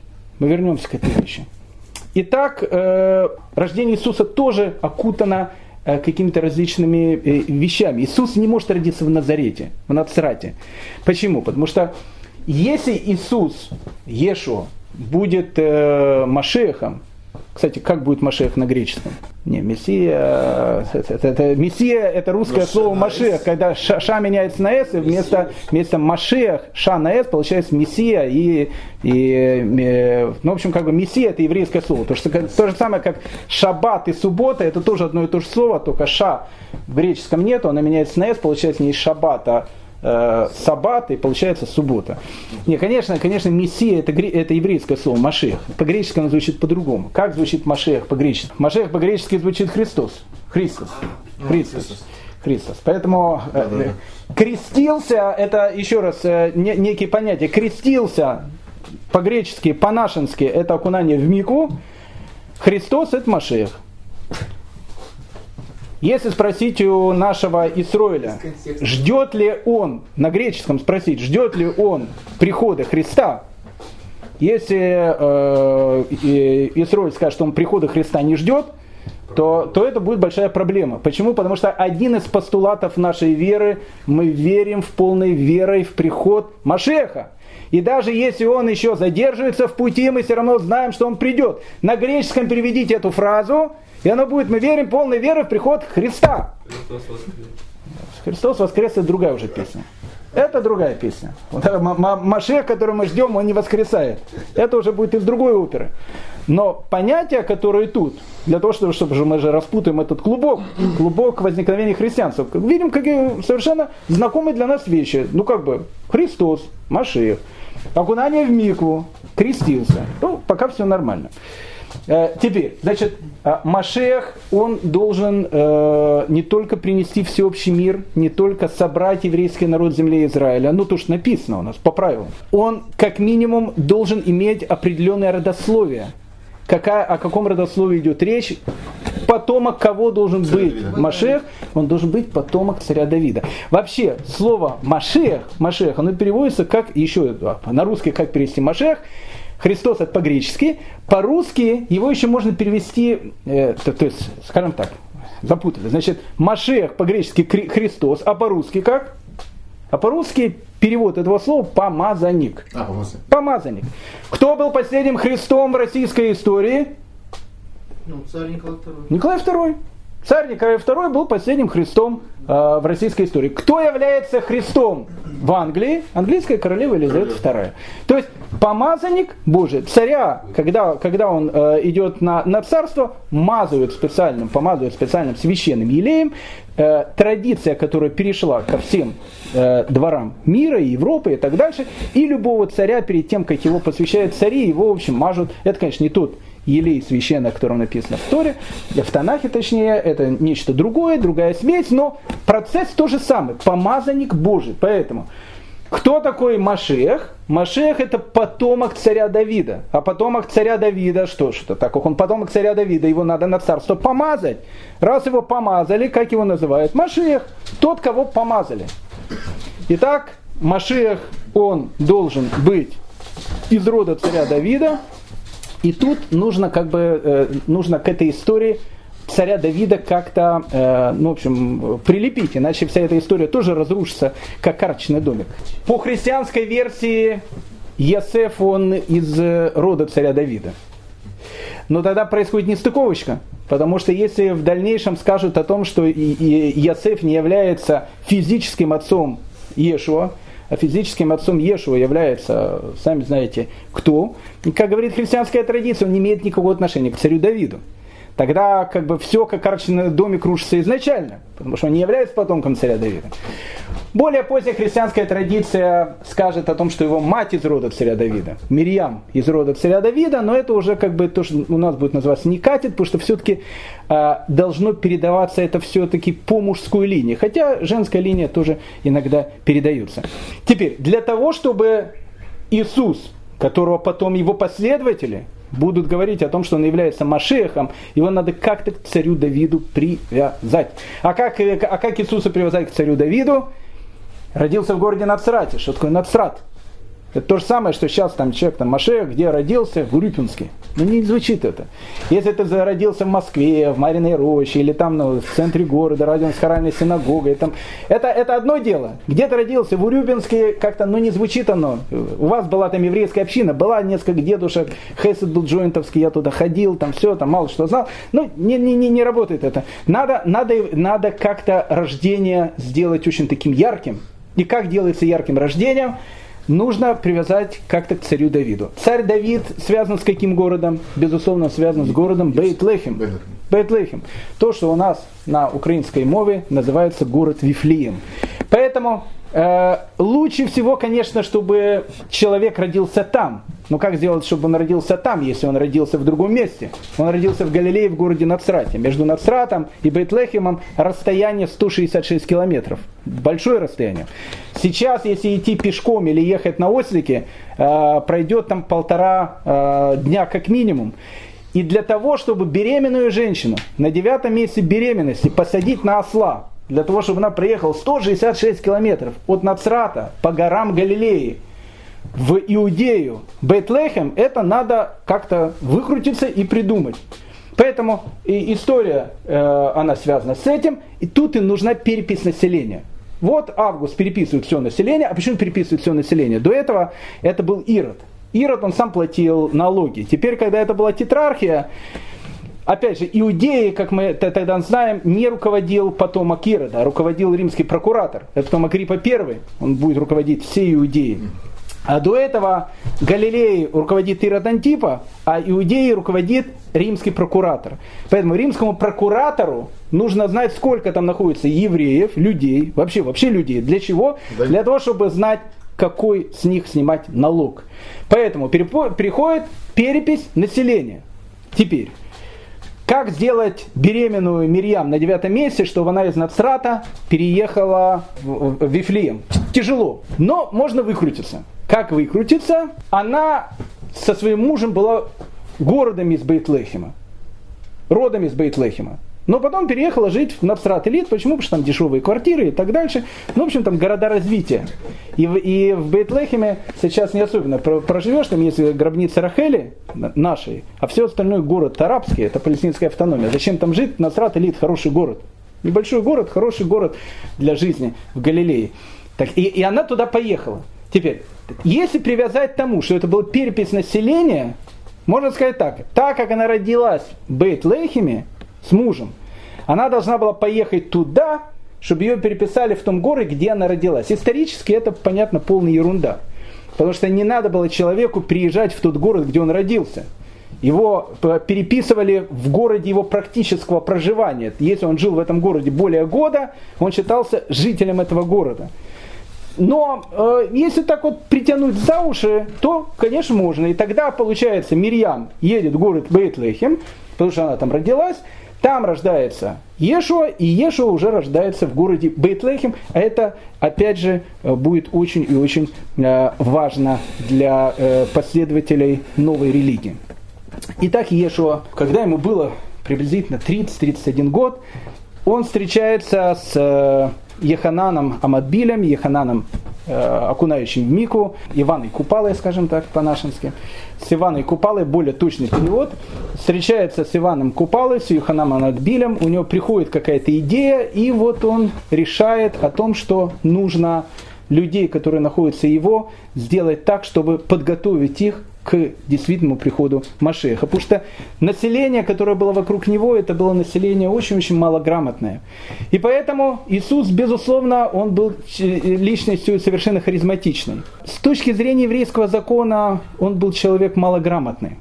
Итак, рождение Иисуса тоже окутано какими-то различными вещами. Иисус не может родиться в Назарете, в Нацрате. Почему? Потому что если Иисус, Иешуа, будет Машиахом, кстати, как будет Машиах на греческом? Мессия, Мессия это русское слово Машиах, когда ша меняется на с, и вместо Машиах, ша на с, получается Мессия, в общем, Мессия это еврейское слово. То же самое, как шаббат и суббота, это тоже одно и то же слово, только ша в греческом нету, она меняется на с, получается не шаббат, а саббат, и получается суббота. Не, конечно, Мессия это еврейское слово, Машиах. По-гречески оно звучит по-другому. Как звучит Машиах по-гречески? Машиах по-гречески звучит Христос. Поэтому крестился, это еще раз некие понятия. Крестился по-гречески, по-нашенски это окунание в микву. Христос это Машиах. Если спросить у нашего Исроиля, ждет ли он, на греческом спросить, ждет ли он прихода Христа, если Исроиль скажет, что он прихода Христа не ждет, то это будет большая проблема. Почему? Потому что один из постулатов нашей веры, мы верим в полной верой в приход Машеха. И даже если он еще задерживается в пути, мы все равно знаем, что он придет. На греческом переведите эту фразу, и оно будет: мы верим полной верой в приход Христа. Христос воскрес, это другая уже песня. Это другая песня. Машех, который мы ждем, он не воскресает. Это уже будет из другой оперы. Но понятия, которые тут, для того, чтобы мы же распутаем этот клубок возникновения христианства, видим, какие совершенно знакомые для нас вещи. Христос, Машех, окунание в микву, крестился. Пока все нормально. Теперь, Машех, он должен не только принести всеобщий мир, не только собрать еврейский народ в земле Израиля, то, что написано у нас по правилам. Он, как минимум, должен иметь определенное родословие. О каком родословии идет речь? Потомок кого должен быть Машех? Он должен быть потомок царя Давида. Вообще, слово Машех, оно переводится как, еще на русский как перевести Машех? Христос это по-гречески. По-русски его еще можно перевести, то есть, скажем так, запутали. Машех по-гречески Христос, а по-русски как? А по-русски перевод этого слова помазанник. Помазанник. Кто был последним Христом в российской истории? Царь Николай II. Николай II. Царь Николай II был последним Христом в российской истории. Кто является Христом в Англии? Английская королева Елизавета II. То есть помазанник Божий, царя, когда он идет на царство, помазывают специальным священным елеем. Традиция, которая перешла ко всем дворам мира, Европы и так дальше. И любого царя, перед тем, как его посвящают цари, его, в общем, мажут. Это, конечно, не тот елей священный, о котором написано в Торе, в Танахе точнее, это нечто другое, другая смесь, но процесс тот же самый, помазанник Божий. Поэтому, кто такой Машиах? Машиах это потомок царя Давида. А потомок царя Давида, что так как он потомок царя Давида, его надо на царство помазать. Раз его помазали, как его называют? Машиах, тот, кого помазали. Итак, Машиах, он должен быть из рода царя Давида. И тут нужно нужно к этой истории царя Давида как-то, прилепить, иначе вся эта история тоже разрушится, как карточный домик. По христианской версии Йосеф, он из рода царя Давида. Но тогда происходит нестыковочка, потому что если в дальнейшем скажут о том, что Йосеф не является физическим отцом Иешуа, а физическим отцом Иешуа является, сами знаете, кто. И, как говорит христианская традиция, он не имеет никакого отношения к царю Давиду. Тогда все как карточный домик рушится изначально, потому что он не является потомком царя Давида. Более поздняя христианская традиция скажет о том, что его мать из рода царя Давида, Мирьям из рода царя Давида, но это уже то, что у нас будет называться, не катет, потому что все-таки должно передаваться это все-таки по мужской линии, хотя женская линия тоже иногда передается. Теперь, для того, чтобы Иисус, которого потом его последователи будут говорить о том, что он является Машиахом, его надо как-то к царю Давиду привязать. А как Иисуса привязать к царю Давиду? Родился в городе Нацрате. Что такое Нацрат? Это то же самое, что сейчас человек Машиах, где родился, в Урюпинске. Не звучит это. Если ты родился в Москве, в Мариной Роще, или в центре города, рядом с хоральной синагогой, это одно дело. Где ты родился, в Урюпинске, как-то не звучит оно. У вас была там еврейская община, была несколько дедушек, Хесед был джойнтовский, я туда ходил, мало что знал. Не работает это. Надо как-то рождение сделать очень таким ярким. И как делается ярким рождением? Нужно привязать как-то к царю Давиду. Царь Давид связан с каким городом? Безусловно, связан с городом Бейт-Лехем. Бейт-Лехем. То, что у нас на украинской мове называется город Вифлеем. Поэтому лучше всего, конечно, чтобы человек родился там. Но как сделать, чтобы он родился там, если он родился в другом месте? Он родился в Галилее, в городе Нацрате. Между Нацратом и Бейт-Лехемом расстояние 166 километров. Большое расстояние. Сейчас, если идти пешком или ехать на ослике, пройдет 1,5 дня как минимум. И для того, чтобы беременную женщину на 9 месяце беременности посадить на осла, для того, чтобы она проехала 166 километров от Нацрата по горам Галилеи в Иудею, Бейт-Лехем, это надо как-то выкрутиться и придумать. Поэтому история, она связана с этим, и тут им нужна перепись населения. Вот Август переписывает все население. А почему переписывает все население? До этого это был Ирод. Ирод, он сам платил налоги. Теперь, когда это была тетрархия, опять же, Иудеи, как мы тогда знаем, не руководил потомок Ирода, а руководил римский прокуратор. Это потомок Агриппа I, он будет руководить всей Иудеей. А до этого Галилеей руководит Ирод Антипа, а Иудеей руководит римский прокуратор. Поэтому римскому прокуратору нужно знать, сколько там находится евреев, людей, вообще людей. Для чего? Да. Для того, чтобы знать, какой с них снимать налог. Поэтому приходит перепись населения. Теперь, как сделать беременную Мирьям на 9 месяце, чтобы она из Нацрата переехала в Вифлеем? Тяжело, но можно выкрутиться. Как выкрутиться? Она со своим мужем была родом из Бейт-Лехема. Но потом переехала жить в Нацрат-Илит. Почему? Потому что там дешевые квартиры и так дальше. В общем, там города развития. И в Бейт-Лехеме сейчас не особенно проживешь. Там есть гробница Рахели нашей, а все остальное город арабский, это палестинская автономия. Зачем там жить? Нацрат-Илит хороший город. Небольшой город, хороший город для жизни в Галилее. Так, и она туда поехала. Теперь, если привязать к тому, что это была перепись населения, можно сказать так как она родилась в Бейт-Лехеме с мужем, она должна была поехать туда, чтобы ее переписали в том городе, где она родилась. Исторически это, понятно, полная ерунда. Потому что не надо было человеку приезжать в тот город, где он родился. Его переписывали в городе его практического проживания. Если он жил в этом городе более года, он считался жителем этого города. Но если так вот притянуть за уши, то, конечно, можно. И тогда, получается, Мирьям едет в город Бейт-Лехем, потому что она там родилась, там рождается Иешуа, и Иешуа уже рождается в городе Бейт-Лехем, а это, опять же, будет очень и очень важно для последователей новой религии. Итак, Иешуа, когда ему было приблизительно 30-31 год, он встречается с Йохананом Амадбилем, Йохананом, окунающим в микву, Иваной Купалой, скажем так, по-нашенски, с Иваной Купалой, более точный перевод, встречается с Иваном Купалой, с Йохананом Амадбилем, у него приходит какая-то идея, и вот он решает о том, что нужно людей, которые находятся его, сделать так, чтобы подготовить их к действительному приходу Машиаха. Потому что население, которое было вокруг него, это было население очень-очень малограмотное. И поэтому Иисус, безусловно, он был личностью совершенно харизматичной. С точки зрения еврейского закона, он был человек малограмотный.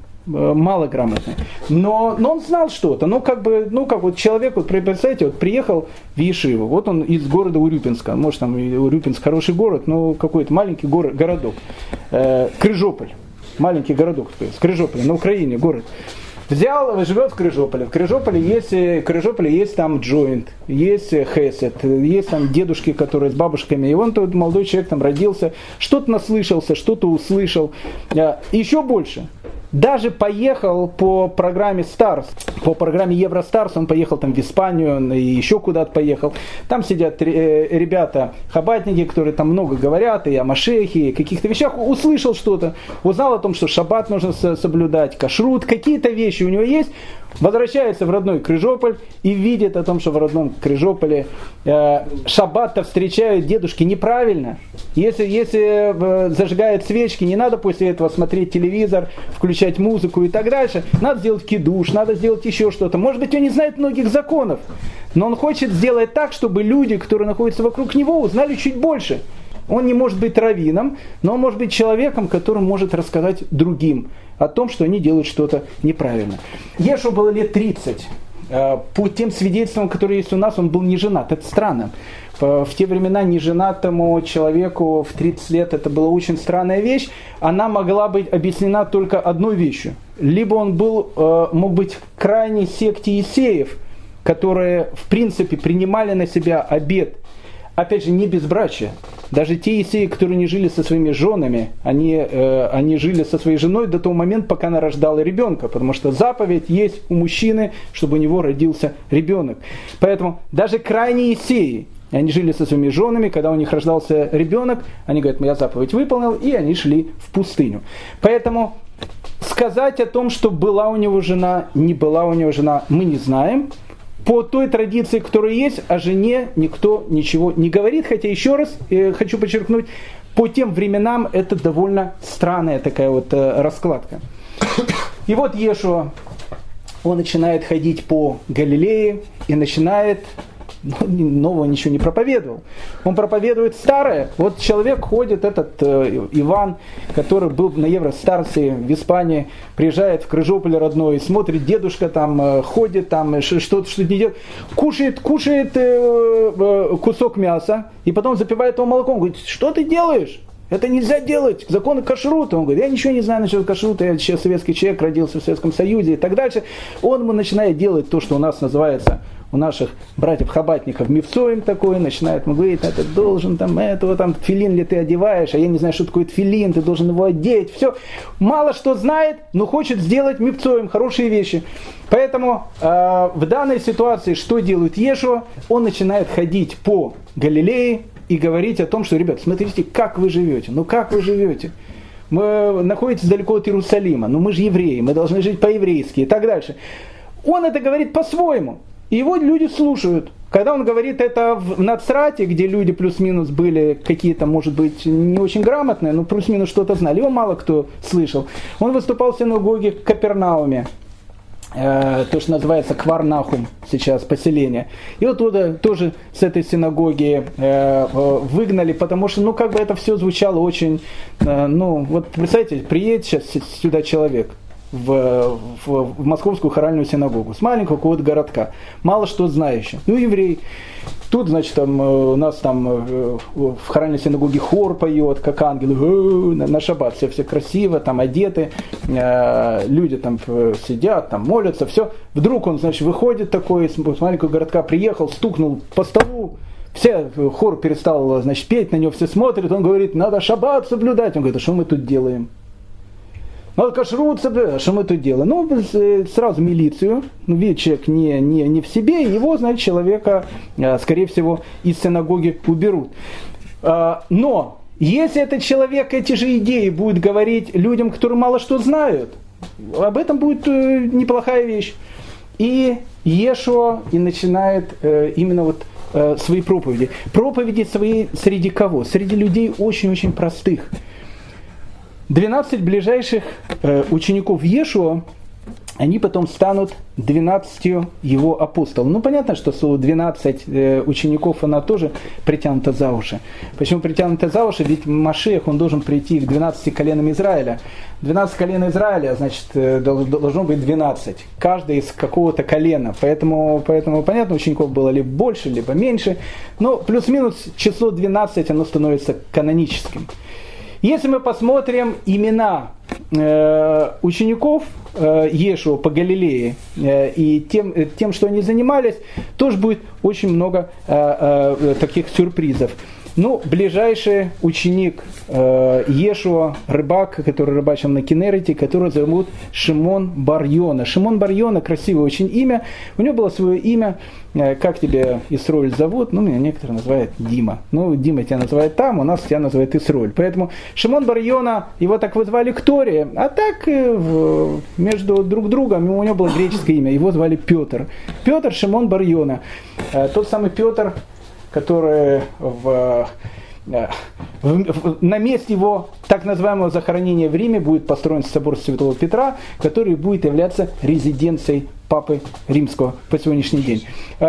Но он знал что-то. Как вот человек, вот представляете, вот приехал в Ешиву, вот он из города Урюпинска, может там Урюпинск хороший город, но какой-то маленький городок, Крыжополь. Маленький городок, Крыжополь, на Украине город. Живет в Крыжополе. В Крыжополе есть там джойнт, есть хесед, есть там дедушки, которые с бабушками. И вон тот молодой человек там родился, что-то наслышался, что-то услышал. Еще больше. Даже поехал по программе Stars, по программе Евростарс, он поехал там в Испанию и еще куда-то поехал. Там сидят ребята, хаббатники, которые там много говорят и о Машехе, и о каких-то вещах. Услышал что-то, узнал о том, что шаббат нужно соблюдать, кашрут, какие-то вещи у него есть. Возвращается в родной Крыжополь и видит о том, что в родном Крыжополе шаббат-то встречают дедушки неправильно. Если зажигают свечки, не надо после этого смотреть телевизор, включать музыку и так дальше. Надо сделать кидуш, надо сделать еще что-то. Может быть, он не знает многих законов, но он хочет сделать так, чтобы люди, которые находятся вокруг него, узнали чуть больше. Он не может быть раввином, но он может быть человеком, который может рассказать другим о том, что они делают что-то неправильно. Иешуа было лет 30. По тем свидетельствам, которые есть у нас, он был не женат. Это странно. В те времена неженатому человеку в 30 лет это была очень странная вещь. Она могла быть объяснена только одной вещью. Либо он мог быть крайней секте есеев, которые в принципе принимали на себя обет, опять же, не безбрачия. Даже те есеи, которые не жили со своими женами, они жили со своей женой до того момента, пока она рождала ребенка. Потому что заповедь есть у мужчины, чтобы у него родился ребенок. Поэтому даже крайние есеи, они жили со своими женами, когда у них рождался ребенок, они говорят, я заповедь выполнил, и они шли в пустыню. Поэтому сказать о том, что была у него жена, не была у него жена, мы не знаем. По той традиции, которая есть, о жене никто ничего не говорит. Хотя, еще раз хочу подчеркнуть, по тем временам это довольно странная такая вот раскладка. И вот Иешуа, он начинает ходить по Галилее и начинает, нового ничего не проповедовал. Он проповедует старое. Вот человек ходит, этот Иван, который был на Евростарсе в Испании, приезжает в Крыжополь родной, смотрит, дедушка там ходит, там что-то не делает, кушает кусок мяса и потом запивает его молоком. Говорит, что ты делаешь? Это нельзя делать, законы кашрута. Он говорит, я ничего не знаю насчет кашрута, я сейчас советский человек, родился в Советском Союзе и так дальше. Он ему начинает делать то, что у нас называется, у наших братьев-хабатников, мифцоим такой, начинает ему говорить, ты должен тфилин ли ты одеваешь, а я не знаю, что такое тфилин, ты должен его одеть. Все, мало что знает, но хочет сделать мифцоим, хорошие вещи. Поэтому в данной ситуации что делает Иешуа? Он начинает ходить по Галилее, и говорить о том, что, ребят, смотрите, как вы живете. Как вы живете? Мы находитесь далеко от Иерусалима, мы же евреи, мы должны жить по-еврейски и так дальше. Он это говорит по-своему. И его люди слушают. Когда он говорит это в Нацрате, где люди плюс-минус были какие-то, может быть, не очень грамотные, но плюс-минус что-то знали, его мало кто слышал. Он выступал в синагоге в Капернауме. То, что называется Квар-Нахум сейчас, поселение. И вот туда тоже с этой синагоги выгнали, потому что, это все звучало очень, вот представьте, приедет сейчас сюда человек, в Московскую хоральную синагогу, с маленького какого-то городка, мало что знающий. Ну, еврей. Тут, значит, там, у нас там в хоральной синагоге хор поет, как ангелы, на шаббат все красиво, там одеты, люди там сидят, там молятся, все. Вдруг он, значит, выходит такой, с маленького городка приехал, стукнул по столу, все, хор перестал, значит, петь, на него все смотрят, он говорит, надо шаббат соблюдать. Он говорит, а что мы тут делаем? Надо кашрут соблюдать, а что мы тут делаем? Ну, сразу милицию, видит человек не в себе, его, значит, человека, скорее всего, из синагоги уберут. Но, если этот человек эти же идеи будет говорить людям, которые мало что знают, об этом будет неплохая вещь. И Иешуа и начинает именно вот свои проповеди. Проповеди свои среди кого? Среди людей очень-очень простых. 12 ближайших учеников Иешуа, они потом станут 12 его апостолов. Ну, понятно, что слово 12 учеников, она тоже притянута за уши. Почему притянута за уши? Ведь Машиах, он должен прийти к 12 коленам Израиля. 12 колен Израиля, значит, должно быть 12. Каждый из какого-то колена. Поэтому понятно, учеников было либо больше, либо меньше. Но плюс-минус число 12, оно становится каноническим. Если мы посмотрим имена учеников Иешуа по Галилее и тем, что они занимались, тоже будет очень много таких сюрпризов. Ну, ближайший ученик Иешуа, рыбак, который рыбачил на Кинерете, которого зовут Шимон бар Йона. Шимон бар Йона, красивое очень имя. У него было свое имя. Как тебя Исроэль зовут? Ну, меня некоторые называют Дима. Ну, Дима тебя называют там, у нас тебя называют Исроэль. Поэтому Шимон бар Йона, его так вызвали к Торе, а так между друг другом у него было греческое имя. Его звали Петр. Петр Шимон бар Йона. Тот самый Петр, который на месте его так называемого захоронения в Риме будет построен собор Святого Петра, который будет являться резиденцией Папы Римского по сегодняшний день.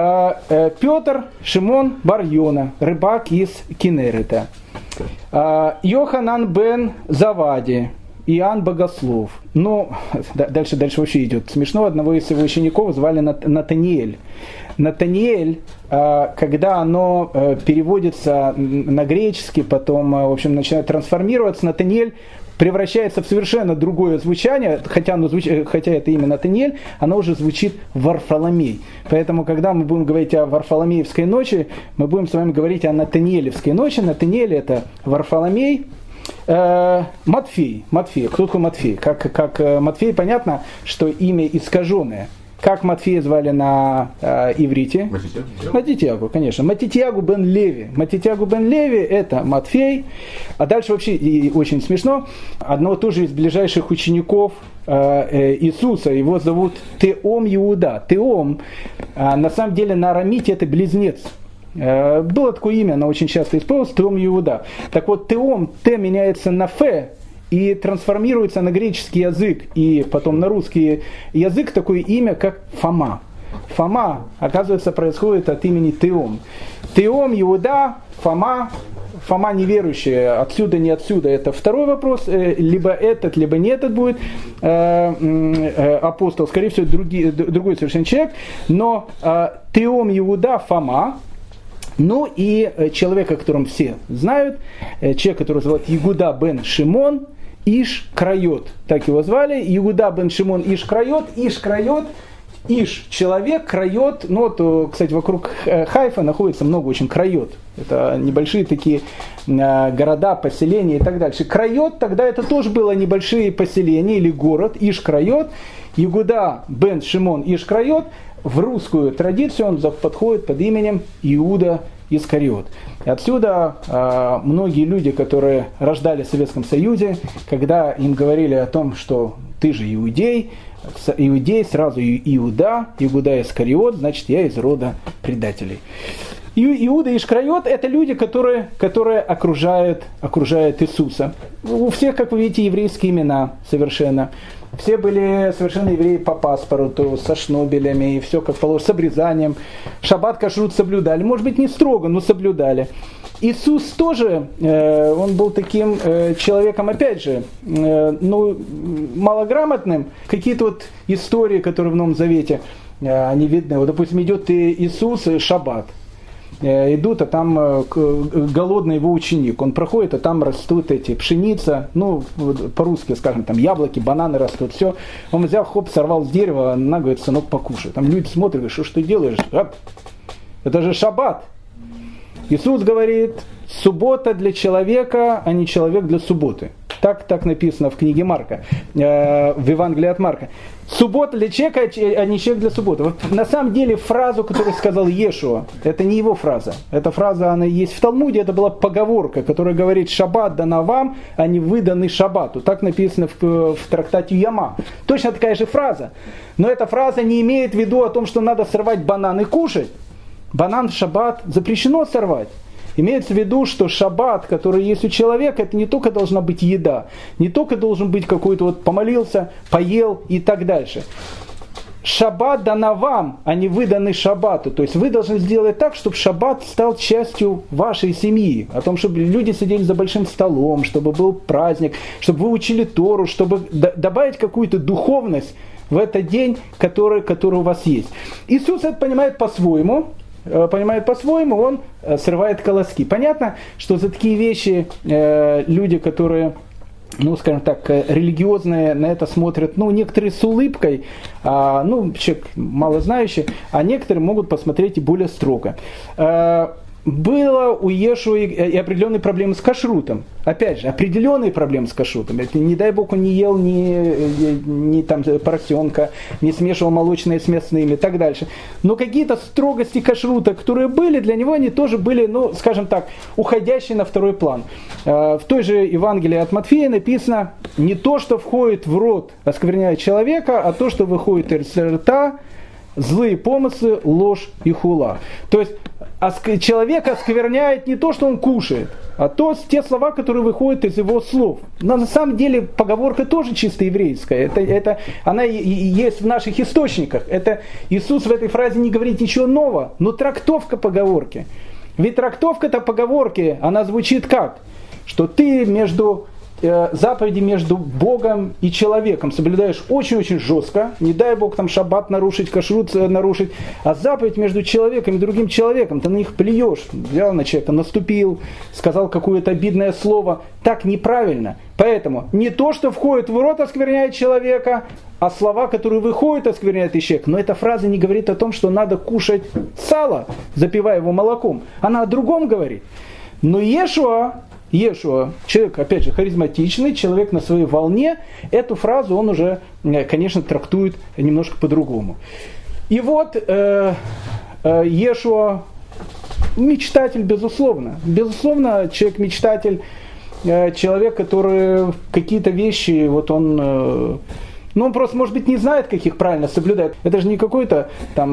Петр Шимон бар Йона, рыбак из Кинерета. Йоханан бен Завади, Иоанн Богослов. Ну, дальше вообще идет смешно. Одного из его учеников звали Натаниэль. Натаниэль, когда оно переводится на греческий, потом, в общем, начинает трансформироваться, Натаниэль превращается в совершенно другое звучание, хотя это имя Натаниэль, оно уже звучит Варфоломей. Поэтому, когда мы будем говорить о Варфоломеевской ночи, мы будем с вами говорить о Натаниэлевской ночи. Натаниэль — это Варфоломей. Матфей. Кто такой Матфей? Как Матфей, понятно, что имя искаженное. Как Матфея звали на иврите? Матитьягу, конечно. Матитьягу бен Леви. Матитьягу бен Леви — это Матфей. А дальше вообще и очень смешно. Одного тоже из ближайших учеников Иисуса, его зовут Теом Иуда. Теом, на самом деле на арамите это близнец. Было такое имя, оно очень часто использовалось, Теом Иуда. Так вот, Теом, Т меняется на Ф, и трансформируется на греческий язык и потом на русский язык такое имя, как Фома. Фома, оказывается, происходит от имени Теом. Теом, Иуда, Фома. Фома неверующий, отсюда, не отсюда, это второй вопрос. Либо этот, либо не этот будет апостол. Скорее всего, другой совершенно человек. Но Теом, Иуда, Фома. Ну и человек, о котором все знают, человек, которого зовут Иуда бен Шимон Иш Крайот, так его звали, Иуда бен Шимон Иш Крайот, Иш человек, Крайот, ну вот, кстати, вокруг Хайфа находится много очень Крайот, это небольшие такие города, поселения и так дальше. Крайот тогда это тоже было небольшие поселения или город, Иш Крайот, Иуда бен Шимон Иш Крайот. В русскую традицию он подходит под именем Иуда Искариот. И отсюда многие люди, которые рождались в Советском Союзе, когда им говорили о том, что ты же иудей, сразу Иуда Искариот, значит, я из рода предателей. Иуда Ишкариот — это люди, которые окружают Иисуса. У всех, как вы видите, еврейские имена совершенно. Все были совершенно евреи по паспорту, со шнобелями, и все как положено, с обрезанием. Шаббат, кашрут соблюдали. Может быть, не строго, но соблюдали. Иисус тоже, он был таким человеком, опять же, малограмотным. Какие-то вот истории, которые в Новом Завете, они видны. Вот, допустим, идет Иисус, шаббат. Идут, а там голодный его ученик. Он проходит, а там растут эти пшеница, по-русски, скажем, там яблоки, бананы растут, все. Он взял, хоп, сорвал с дерева, она говорит, сынок, покушай. Там люди смотрят, говорят, что ж ты делаешь? Это же шаббат. Иисус говорит, суббота для человека, а не человек для субботы. Так написано в книге Марка, в Евангелии от Марка. Суббота для человека, а не человек для субботы. Вот на самом деле фразу, которую сказал Иешуа, это не его фраза. Эта фраза, она есть в Талмуде, это была поговорка, которая говорит, шаббат дана вам, а не вы даны шаббату. Так написано в трактате Яма. Точно такая же фраза. Но эта фраза не имеет в виду о том, что надо сорвать банан и кушать. Банан в шаббат запрещено сорвать. Имеется в виду, что шаббат, который есть у человека, это не только должна быть еда, не только должен быть какой-то вот помолился, поел и так дальше. Шаббат дана вам, а не вы даны шаббату. То есть вы должны сделать так, чтобы шаббат стал частью вашей семьи. О том, чтобы люди сидели за большим столом, чтобы был праздник, чтобы вы учили Тору, чтобы добавить какую-то духовность в этот день, который у вас есть. Иисус это понимает по-своему, он срывает колоски. Понятно, что за такие вещи люди, которые, скажем так, религиозные, на это смотрят, некоторые с улыбкой, человек малознающий, а некоторые могут посмотреть и более строго. Было у Иешуа и определенные проблемы с кашрутом. Опять же, определенные проблемы с кашрутом. Это, не дай бог, он не ел ни поросенка, не смешивал молочное с мясным и так дальше. Но какие-то строгости кашрута, которые были, для него они тоже были, скажем так, уходящие на второй план. В той же Евангелии от Матфея написано, не то, что входит в рот, оскверняет человека, а то, что выходит из рта, злые помыслы, ложь и хула. То есть человека оскверняет не то, что он кушает, а те слова, которые выходят из его слов. Но на самом деле поговорка тоже чисто еврейская. Она есть в наших источниках. Это Иисус в этой фразе не говорит ничего нового, но трактовка поговорки. Ведь трактовка-то поговорки, она звучит как? Что ты заповеди между Богом и человеком соблюдаешь очень-очень жестко, не дай Бог там шаббат нарушить, кашрут нарушить, а заповедь между человеком и другим человеком, ты на них плюешь, взял на человека, наступил, сказал какое-то обидное слово, так неправильно. Поэтому не то, что входит в рот, оскверняет человека, а слова, которые выходят, оскверняют и человека. Но эта фраза не говорит о том, что надо кушать сало, запивая его молоком. Она о другом говорит. Но Иешуа, человек, опять же, харизматичный, человек на своей волне, эту фразу он уже, конечно, трактует немножко по-другому. И вот Иешуа мечтатель, безусловно. Безусловно, человек-мечтатель, человек, который какие-то вещи, он просто, может быть, не знает, как их правильно соблюдать. Это же не какой-то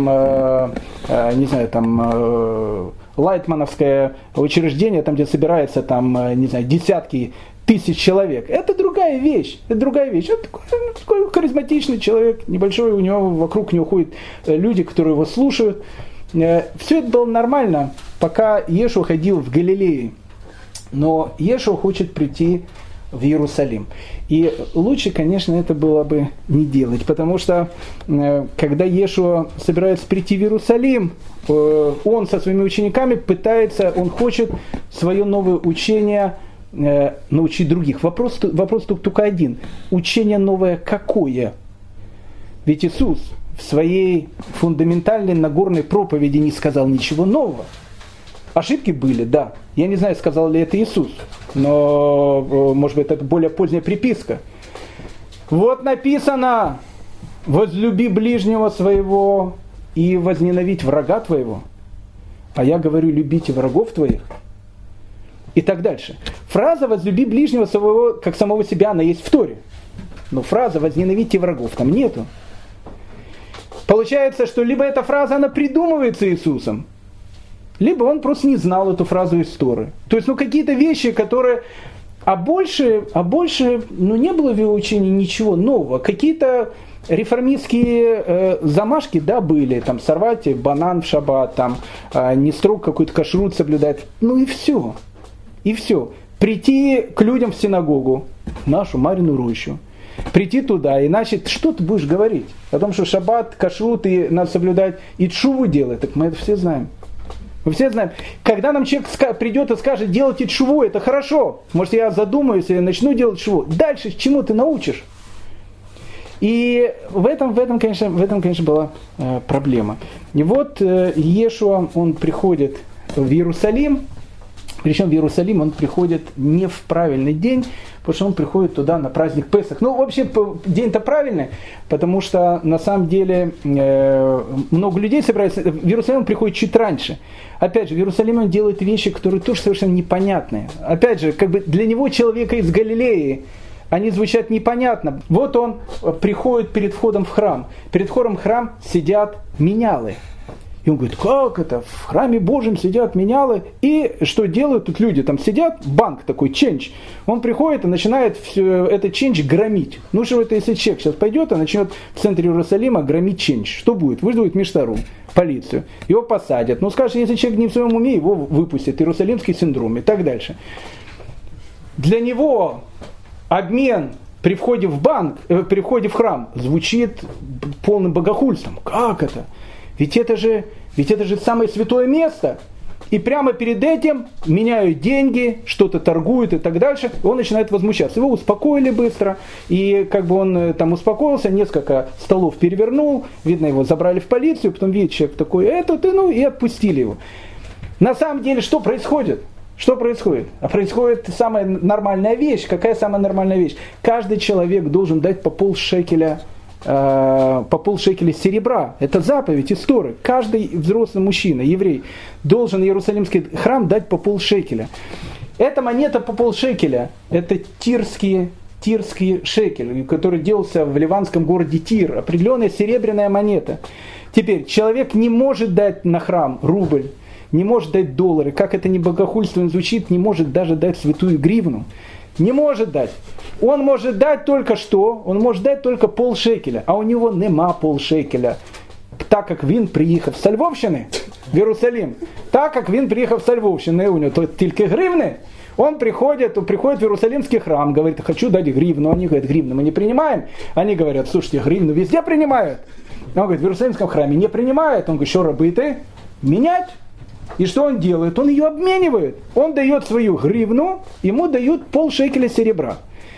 лайтмановское учреждение, там, где собирается, десятки тысяч человек. Это другая вещь. Это такой харизматичный человек, небольшой, вокруг него ходят люди, которые его слушают. Все это было нормально, пока Иешуа ходил в Галилее. Но Иешуа хочет прийти в Иерусалим. И лучше, конечно, это было бы не делать, потому что когда Иешуа собирается прийти в Иерусалим, он со своими учениками он хочет свое новое учение научить других. Вопрос только один. Учение новое какое? Ведь Иисус в своей фундаментальной Нагорной проповеди не сказал ничего нового. Ошибки были, да. Я не знаю, сказал ли это Иисус, но, может быть, это более поздняя приписка. Вот написано, возлюби ближнего своего и возненавидь врага твоего. А я говорю, любите врагов твоих. И так дальше. Фраза «возлюби ближнего своего, как самого себя», она есть в Торе. Но фраза «возненавидьте врагов» там нету. Получается, что либо эта фраза, она придумывается Иисусом, либо он просто не знал эту фразу из Торы. То есть, какие-то вещи, которые... А больше, не было в его учении ничего нового. Какие-то реформистские замашки, да, были, там, сорвать банан в шаббат, там, не строго какой-то кашрут соблюдать, ну и все, и все. Прийти к людям в синагогу, нашу Марину рощу, прийти туда, иначе что ты будешь говорить? О том, что шаббат, кашрут, и надо соблюдать, и тшуву делать, так мы это все знаем. Мы все знаем, когда нам человек придет и скажет, делайте тшуву, это хорошо. Может, я задумаюсь и начну делать тшуву. Дальше чему ты научишь? И в этом, конечно, была проблема. И вот Иешуа, он приходит в Иерусалим, причем в Иерусалим он приходит не в правильный день, потому что он приходит туда на праздник Песах. Ну, вообще, день-то правильный, потому что, на самом деле, много людей собирается. В Иерусалим он приходит чуть раньше. Опять же, в Иерусалиме он делает вещи, которые тоже совершенно непонятные. Опять же, как бы для него, человека из Галилеи, они звучат непонятно. Вот он приходит перед входом в храм. Перед входом в храм сидят менялы. И он говорит, как это? В храме Божьем сидят менялы. И что делают тут люди? Там сидят, банк такой, ченч. Он приходит и начинает этот ченч громить. Ну что это, если человек сейчас пойдет и начнет в центре Иерусалима громить ченч? Что будет? Вызовут миштару, полицию. Его посадят. Ну скажут, если человек не в своем уме, его выпустят. Иерусалимский синдром и так дальше. Для него обмен при входе в банк, при входе в храм звучит полным богохульством. Как это? Ведь это же самое святое место. И прямо перед этим меняют деньги, что-то торгуют и так дальше. И он начинает возмущаться. Его успокоили быстро. И как бы он там успокоился, несколько столов перевернул. Видно, его забрали в полицию. Потом видит человек такой, и отпустили его. На самом деле, что происходит? Что происходит? А происходит самая нормальная вещь. Какая самая нормальная вещь? Каждый человек должен дать по полшекеля серебра. Это заповедь из Торы. Каждый взрослый мужчина, еврей, должен Иерусалимский храм дать по полшекеля. Эта монета по полшекеля, это тирский шекель, который делался в ливанском городе Тир. Определенная серебряная монета. Теперь, человек не может дать на храм рубль, не может дать доллары, как это не богохульственно звучит, не может даже дать святую гривну. Не может дать. Он может дать только что? Он может дать только полшекеля, а у него нема полшекеля. Так как він приїхав з Львовщини в Иерусалим, так как він приїхав з Львовщини, у него только гривны, он приходит в Иерусалимский храм, говорит, хочу дать гривну. Они говорят, гривну мы не принимаем. Они говорят, слушайте, гривну везде принимают. Он говорит, в Иерусалимском храме не принимают. Он говорит, что рабы-то? Менять? И что он делает? Он ее обменивает. Он дает свою гривну, ему дают полшекеля серебра.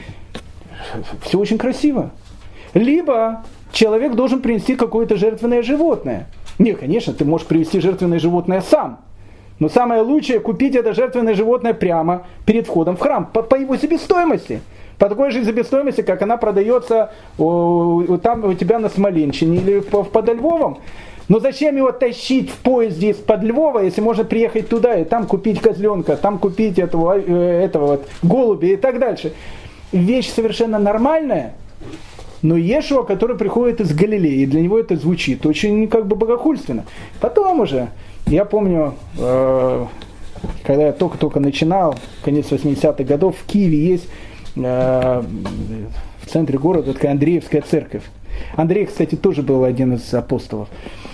Все очень красиво. Либо человек должен принести какое-то жертвенное животное. Не, конечно, ты можешь привести жертвенное животное сам. Но самое лучшее купить это жертвенное животное прямо перед входом в храм. По его себестоимости. По такой же себестоимости, как она продается там у тебя на Смоленщине или под Львовом. Но зачем его тащить в поезде из-под Львова, если можно приехать туда и там купить козленка, там купить этого вот голубя и так дальше. Вещь совершенно нормальная, но Иешуа, который приходит из Галилеи, для него это звучит очень как бы богохульственно. Потом уже, я помню, когда я только начинал, конец 80-х годов, в Киеве есть в центре города такая Андреевская церковь. Андрей, кстати, тоже был один из апостолов.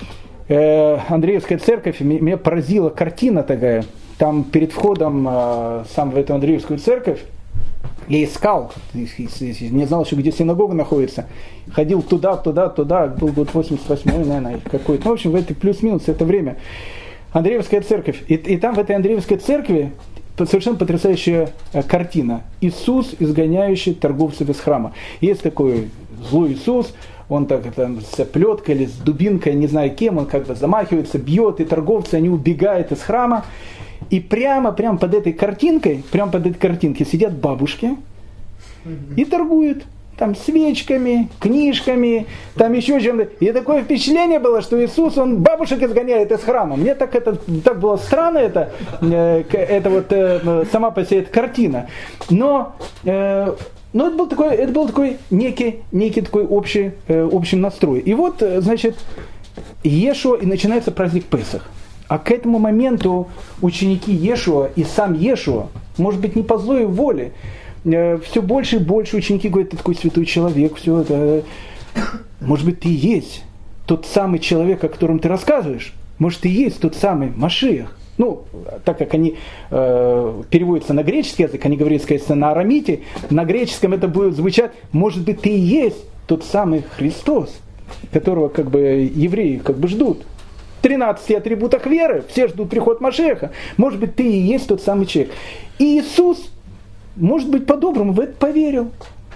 Андреевская церковь, меня поразила картина такая. Там перед входом сам в эту Андреевскую церковь я искал, не знал еще, где синагога находится. Ходил туда, был год 88-й, наверное, какой-то. Ну, в общем, в это плюс-минус это время. Андреевская церковь. И там в этой Андреевской церкви совершенно потрясающая картина. Иисус, изгоняющий торговцев из храма. Есть такой злой Иисус, он так с плеткой или с дубинкой, не знаю кем, он как бы замахивается, бьет, и торговцы, они убегают из храма. И прямо под этой картинкой сидят бабушки и торгуют. Там свечками, книжками, там еще чем-то. И такое впечатление было, что Иисус, он бабушек изгоняет из храма. Мне так было странно, это сама по себе эта картина. Но это был такой некий такой общий настрой. И вот, значит, Иешуа, и начинается праздник Песах. А к этому моменту ученики Иешуа и сам Иешуа, может быть, не по злой воле, все больше и больше ученики говорят, ты такой святой человек, все это. может быть, ты и есть тот самый человек, о котором ты рассказываешь. Может, ты и есть тот самый Машиах. Ну, так как они переводятся на греческий язык, они говорят, конечно, на арамите, на греческом это будет звучать, может быть, ты и есть тот самый Христос, которого как бы евреи как бы ждут. 13 атрибутах веры, все ждут приход Машиаха. Может быть, ты и есть тот самый человек. И Иисус, может быть, по-доброму в это поверил.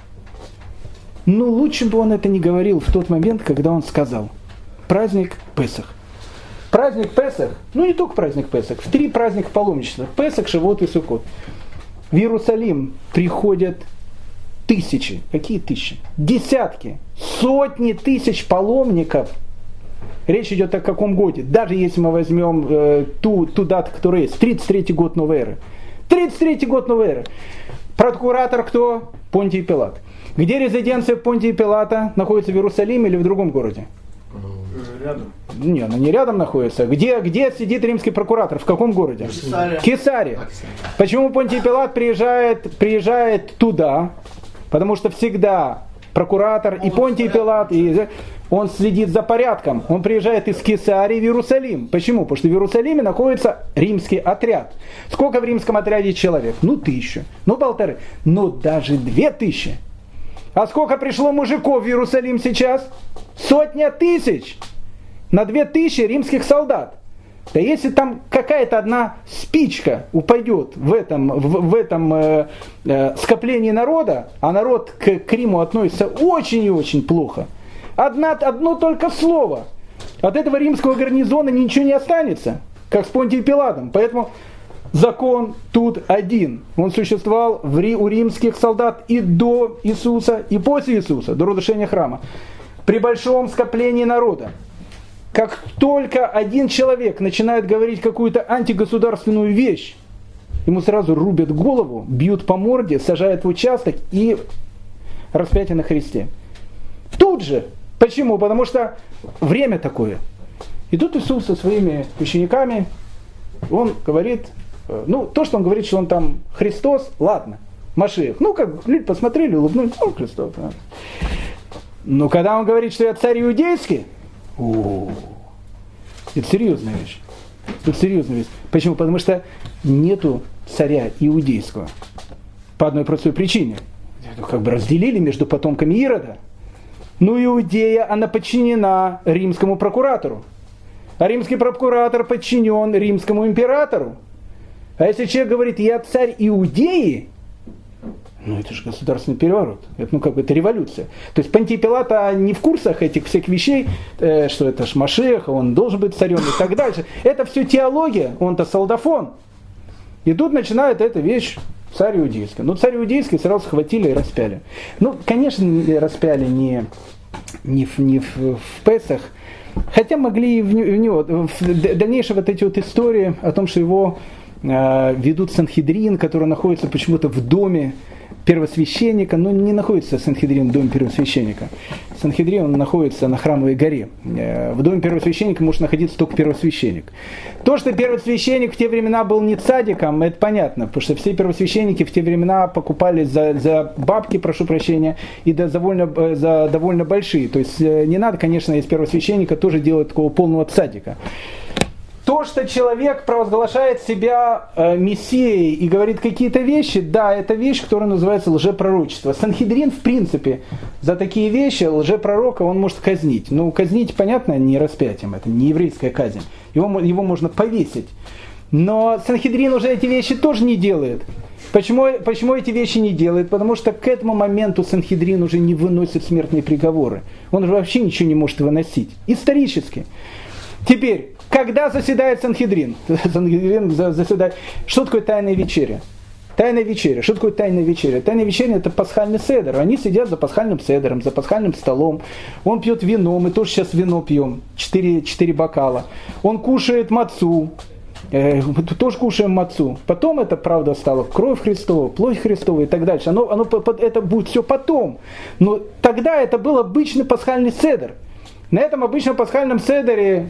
Но лучше бы он это не говорил в тот момент, когда он сказал: праздник Песах. Праздник Песах, ну не только праздник Песах, в 3 праздника паломничества: Песах, Шавуот и Суккот. В Иерусалим приходят тысячи, какие тысячи? Десятки, сотни тысяч паломников. Речь идет о каком годе? Даже если мы возьмем ту дату, которая есть, 33-й год новой эры. 33-й год новой эры. Прокуратор кто? Понтий Пилат. Где резиденция Понтия Пилата? Находится в Иерусалиме или в другом городе? Рядом. Не, она не рядом находится. Где сидит римский прокуратор? В каком городе? Кесария. Почему Понтий Пилат приезжает туда? Потому что всегда прокуратор и Понтий Пилат, он следит за порядком. Он приезжает из Кесарии в Иерусалим. Почему? Потому что в Иерусалиме находится римский отряд. Сколько в римском отряде человек? 1000, 1500, даже 2000. А сколько пришло мужиков в Иерусалим сейчас? 100 000 на 2000 римских солдат. Да если там какая-то одна спичка упадет в этом скоплении народа, а народ к Риму относится очень и очень плохо, одно только слово, от этого римского гарнизона ничего не останется, как с Понтием Пилатом. Поэтому закон тут один. Он существовал у римских солдат и до Иисуса, и после Иисуса, до разрушения храма. При большом скоплении народа. Как только один человек начинает говорить какую-то антигосударственную вещь, ему сразу рубят голову, бьют по морде, сажают в участок и распятие на кресте. Тут же. Почему? Потому что время такое. И тут Иисус со своими учениками, он говорит, то, что он говорит, что он там Христос, ладно, Машиах. Как люди посмотрели, улыбнулись, Христос. Да. Но когда он говорит, что я царь иудейский, это серьезная вещь. Это серьезная вещь. Почему? Потому что нету царя иудейского. По одной простой причине. Как бы разделили между потомками Ирода. Иудея, она подчинена римскому прокуратору. А римский прокуратор подчинен римскому императору. А если человек говорит, я царь Иудеи, это же государственный переворот. Это революция. То есть Понтий Пилат не в курсах этих всех вещей, что это ж Машиах, он должен быть царем и так дальше. Это все теология, он-то солдафон. И тут начинает эта вещь царь иудейский. Царь иудейский сразу схватили и распяли. Конечно, распяли не в Песах, хотя могли и в него. В дальнейшем эти истории о том, что его ведут в Санхедрин, который находится почему-то в доме первосвященника, но не находится Санхедрин в доме первосвященника. Санхедрин, он находится на Храмовой горе. В доме первосвященника может находиться только первосвященник. То, что первосвященник в те времена был не цадиком, это понятно, потому что все первосвященники в те времена покупали за бабки, прошу прощения, и за довольно большие. То есть не надо, конечно, из первосвященника тоже делать такого полного цадика. То, что человек провозглашает себя мессией и говорит какие-то вещи, да, это вещь, которая называется лжепророчество. Санхедрин, в принципе, за такие вещи лжепророка он может казнить. Казнить, понятно, не распятием, это не еврейская казнь. Его можно повесить. Но Санхедрин уже эти вещи тоже не делает. Почему эти вещи не делает? Потому что к этому моменту Санхедрин уже не выносит смертные приговоры. Он уже вообще ничего не может выносить. Исторически. Теперь, когда заседает Санхедрин? Санхедрин заседает. Что такое тайная вечеря? Тайная вечеря. Что такое тайная вечеря? Тайная вечеря — это пасхальный седер. Они сидят за пасхальным седером, за пасхальным столом. Он пьет вино, мы тоже сейчас вино пьем. 4 бокала. Он кушает мацу. Мы тоже кушаем мацу. Потом это, правда, стало кровь Христова, плоть Христова и так дальше. Это будет все потом. Но тогда это был обычный пасхальный седер. На этом обычном пасхальном седере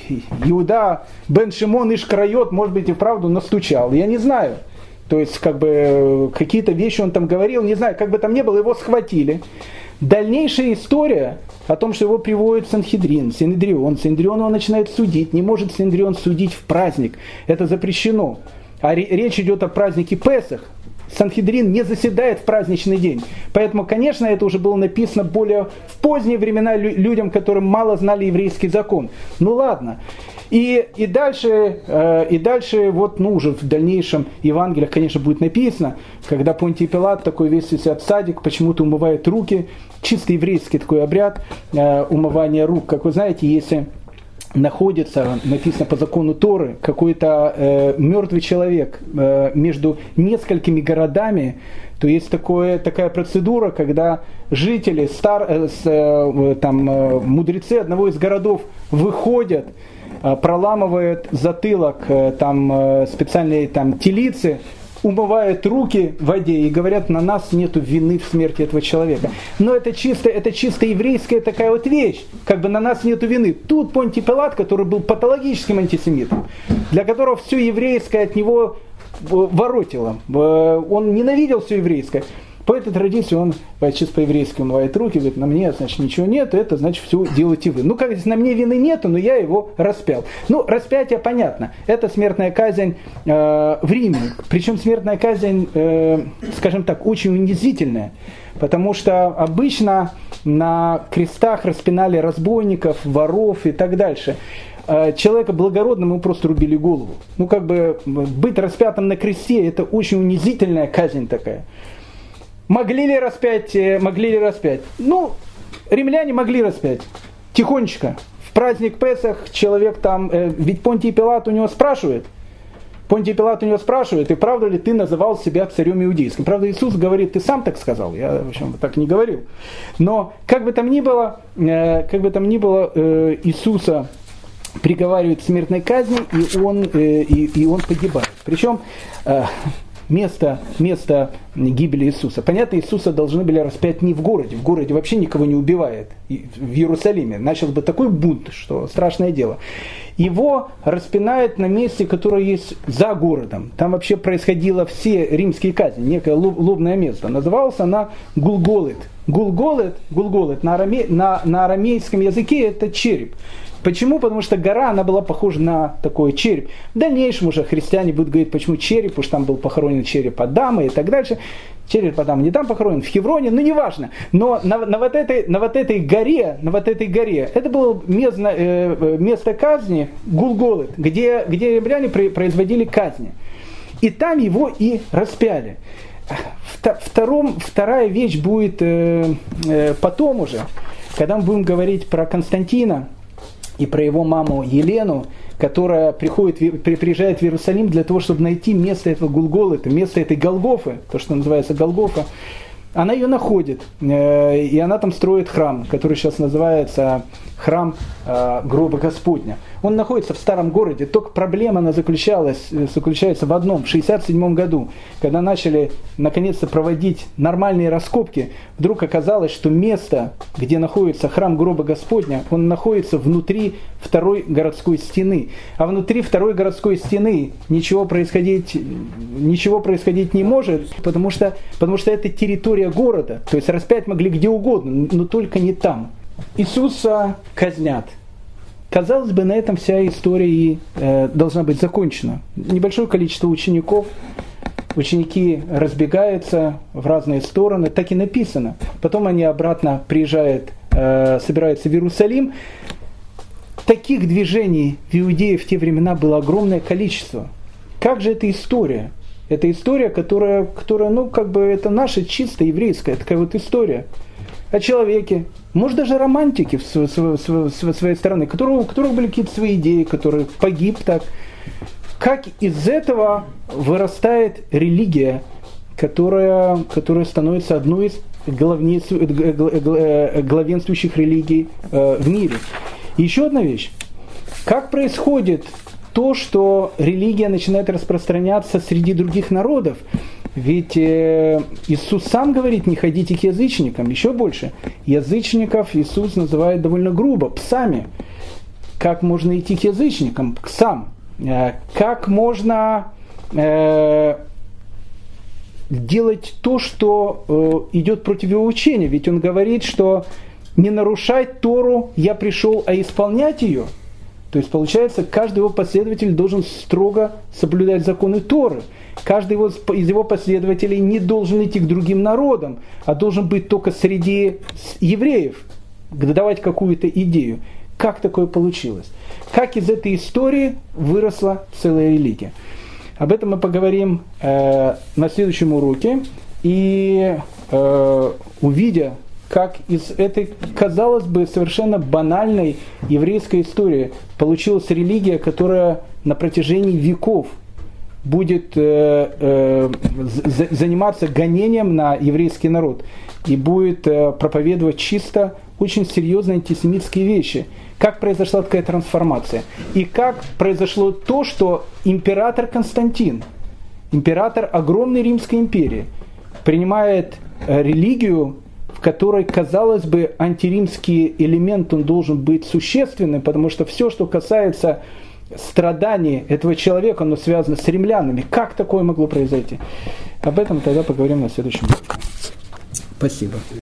Иуда бен Шимон Иш-Карайот, может быть, и вправду настучал. Я не знаю. То есть, какие-то вещи он там говорил, не знаю, как бы там ни было, его схватили. Дальнейшая история о том, что его приводит Синедрион его начинает судить. Не может Синедрион судить в праздник. Это запрещено. А речь идет о празднике Песах. Санхедрин не заседает в праздничный день. Поэтому, конечно, это уже было написано более в поздние времена людям, которым мало знали еврейский закон. Ну ладно. И дальше вот, уже в дальнейшем Евангелиях, конечно, будет написано, когда Понтий Пилат, такой весь из себя садик, почему-то умывает руки. Чисто еврейский такой обряд умывания рук. Как вы знаете, если находится, написано по закону Торы, какой-то мертвый человек между несколькими городами, то есть такая процедура, когда жители, мудрецы одного из городов выходят, проламывают затылок специальные телицы, умывают руки в воде и говорят, на нас нету вины в смерти этого человека. Но это чисто еврейская такая вот вещь, как бы на нас нету вины. Тут Понтий Пилат, который был патологическим антисемитом, для которого все еврейское от него воротило. Он ненавидел все еврейское. По этой традиции он чисто по-еврейски умывает руки, говорит, на мне, значит, ничего нет, это значит, все делаете вы. Ну, как здесь, на мне вины нету, но я его распял. Ну, распятие понятно. Это смертная казнь в Риме. Причем смертная казнь, скажем так, очень унизительная. Потому что обычно на крестах распинали разбойников, воров и так дальше. Человека благородному просто рубили голову. Ну, как бы быть распятым на кресте, это очень унизительная казнь такая. Могли ли распять? Ну, римляне могли распять. Тихонечко. В праздник Песах человек ведь Понтий Пилат у него спрашивает, и правда ли ты называл себя царем иудейским? Правда, Иисус говорит, ты сам так сказал, я, в общем, так не говорил. Но, как бы там ни было, Иисуса приговаривают к смертной казни, и он погибает. Причем место гибели Иисуса. Понятно, Иисуса должны были распять не в городе. В городе вообще никого не убивает. В Иерусалиме начался бы такой бунт, что страшное дело. Его распинают на месте, которое есть за городом. Там вообще происходило все римские казни. Некое лобное место. Называлась она Гулголет. Гулголет на арамейском языке это череп. Почему? Потому что гора, она была похожа на такой череп. В дальнейшем уже христиане будут говорить, почему череп, потому что там был похоронен череп Адама и так дальше. Череп Адама не там похоронен, в Хевроне, но неважно. Но на вот этой горе, это было место казни Гулголет, где римляне производили казни. И там его и распяли. Вторая вещь будет потом уже, когда мы будем говорить про Константина, и про его маму Елену, которая приезжает в Иерусалим для того, чтобы найти место этого Гулголета, место этой Голгофы, то, что называется Голгофа. Она ее находит, и она там строит храм, который сейчас называется храм гроба Господня. Он находится в старом городе, только проблема она заключается в одном. В 1967 году, когда начали наконец-то проводить нормальные раскопки, вдруг оказалось, что место, где находится храм гроба Господня, он находится внутри второй городской стены. А внутри второй городской стены ничего происходить не может, потому что это территория города. То есть распять могли где угодно, но только не там. Иисуса казнят. Казалось бы, на этом вся история и должна быть закончена. Небольшое количество ученики разбегаются в разные стороны, так и написано. Потом они обратно приезжают, собираются в Иерусалим. Таких движений в Иудее в те времена было огромное количество. Как же эта история? Это история, которая это наша чисто еврейская такая вот история о человеке, может даже романтики с своей стороны, у которых были какие-то свои идеи, который погиб так. Как из этого вырастает религия, которая становится одной из главенствующих религий в мире. И еще одна вещь. Как происходит то, что религия начинает распространяться среди других народов? Ведь Иисус сам говорит, не ходите к язычникам, еще больше. Язычников Иисус называет довольно грубо, псами. Как можно идти к язычникам, к псам? Как можно делать то, что идет против его учения. Ведь он говорит, что не нарушать Тору я пришел, а исполнять ее. То есть, получается, каждый его последователь должен строго соблюдать законы Торы. Каждый из его последователей не должен идти к другим народам, а должен быть только среди евреев, давать какую-то идею. Как такое получилось? Как из этой истории выросла целая религия? Об этом мы поговорим на следующем уроке. И увидя, как из этой, казалось бы, совершенно банальной еврейской истории получилась религия, которая на протяжении веков будет заниматься гонением на еврейский народ и будет проповедовать чисто очень серьезные антисемитские вещи. Как произошла такая трансформация? И как произошло то, что император Константин, император огромной Римской империи, принимает религию, в которой, казалось бы, антиримский элемент он должен быть существенным, потому что все, что касается страданий этого человека, оно связано с римлянами. Как такое могло произойти? Об этом тогда поговорим на следующем уроке. Спасибо.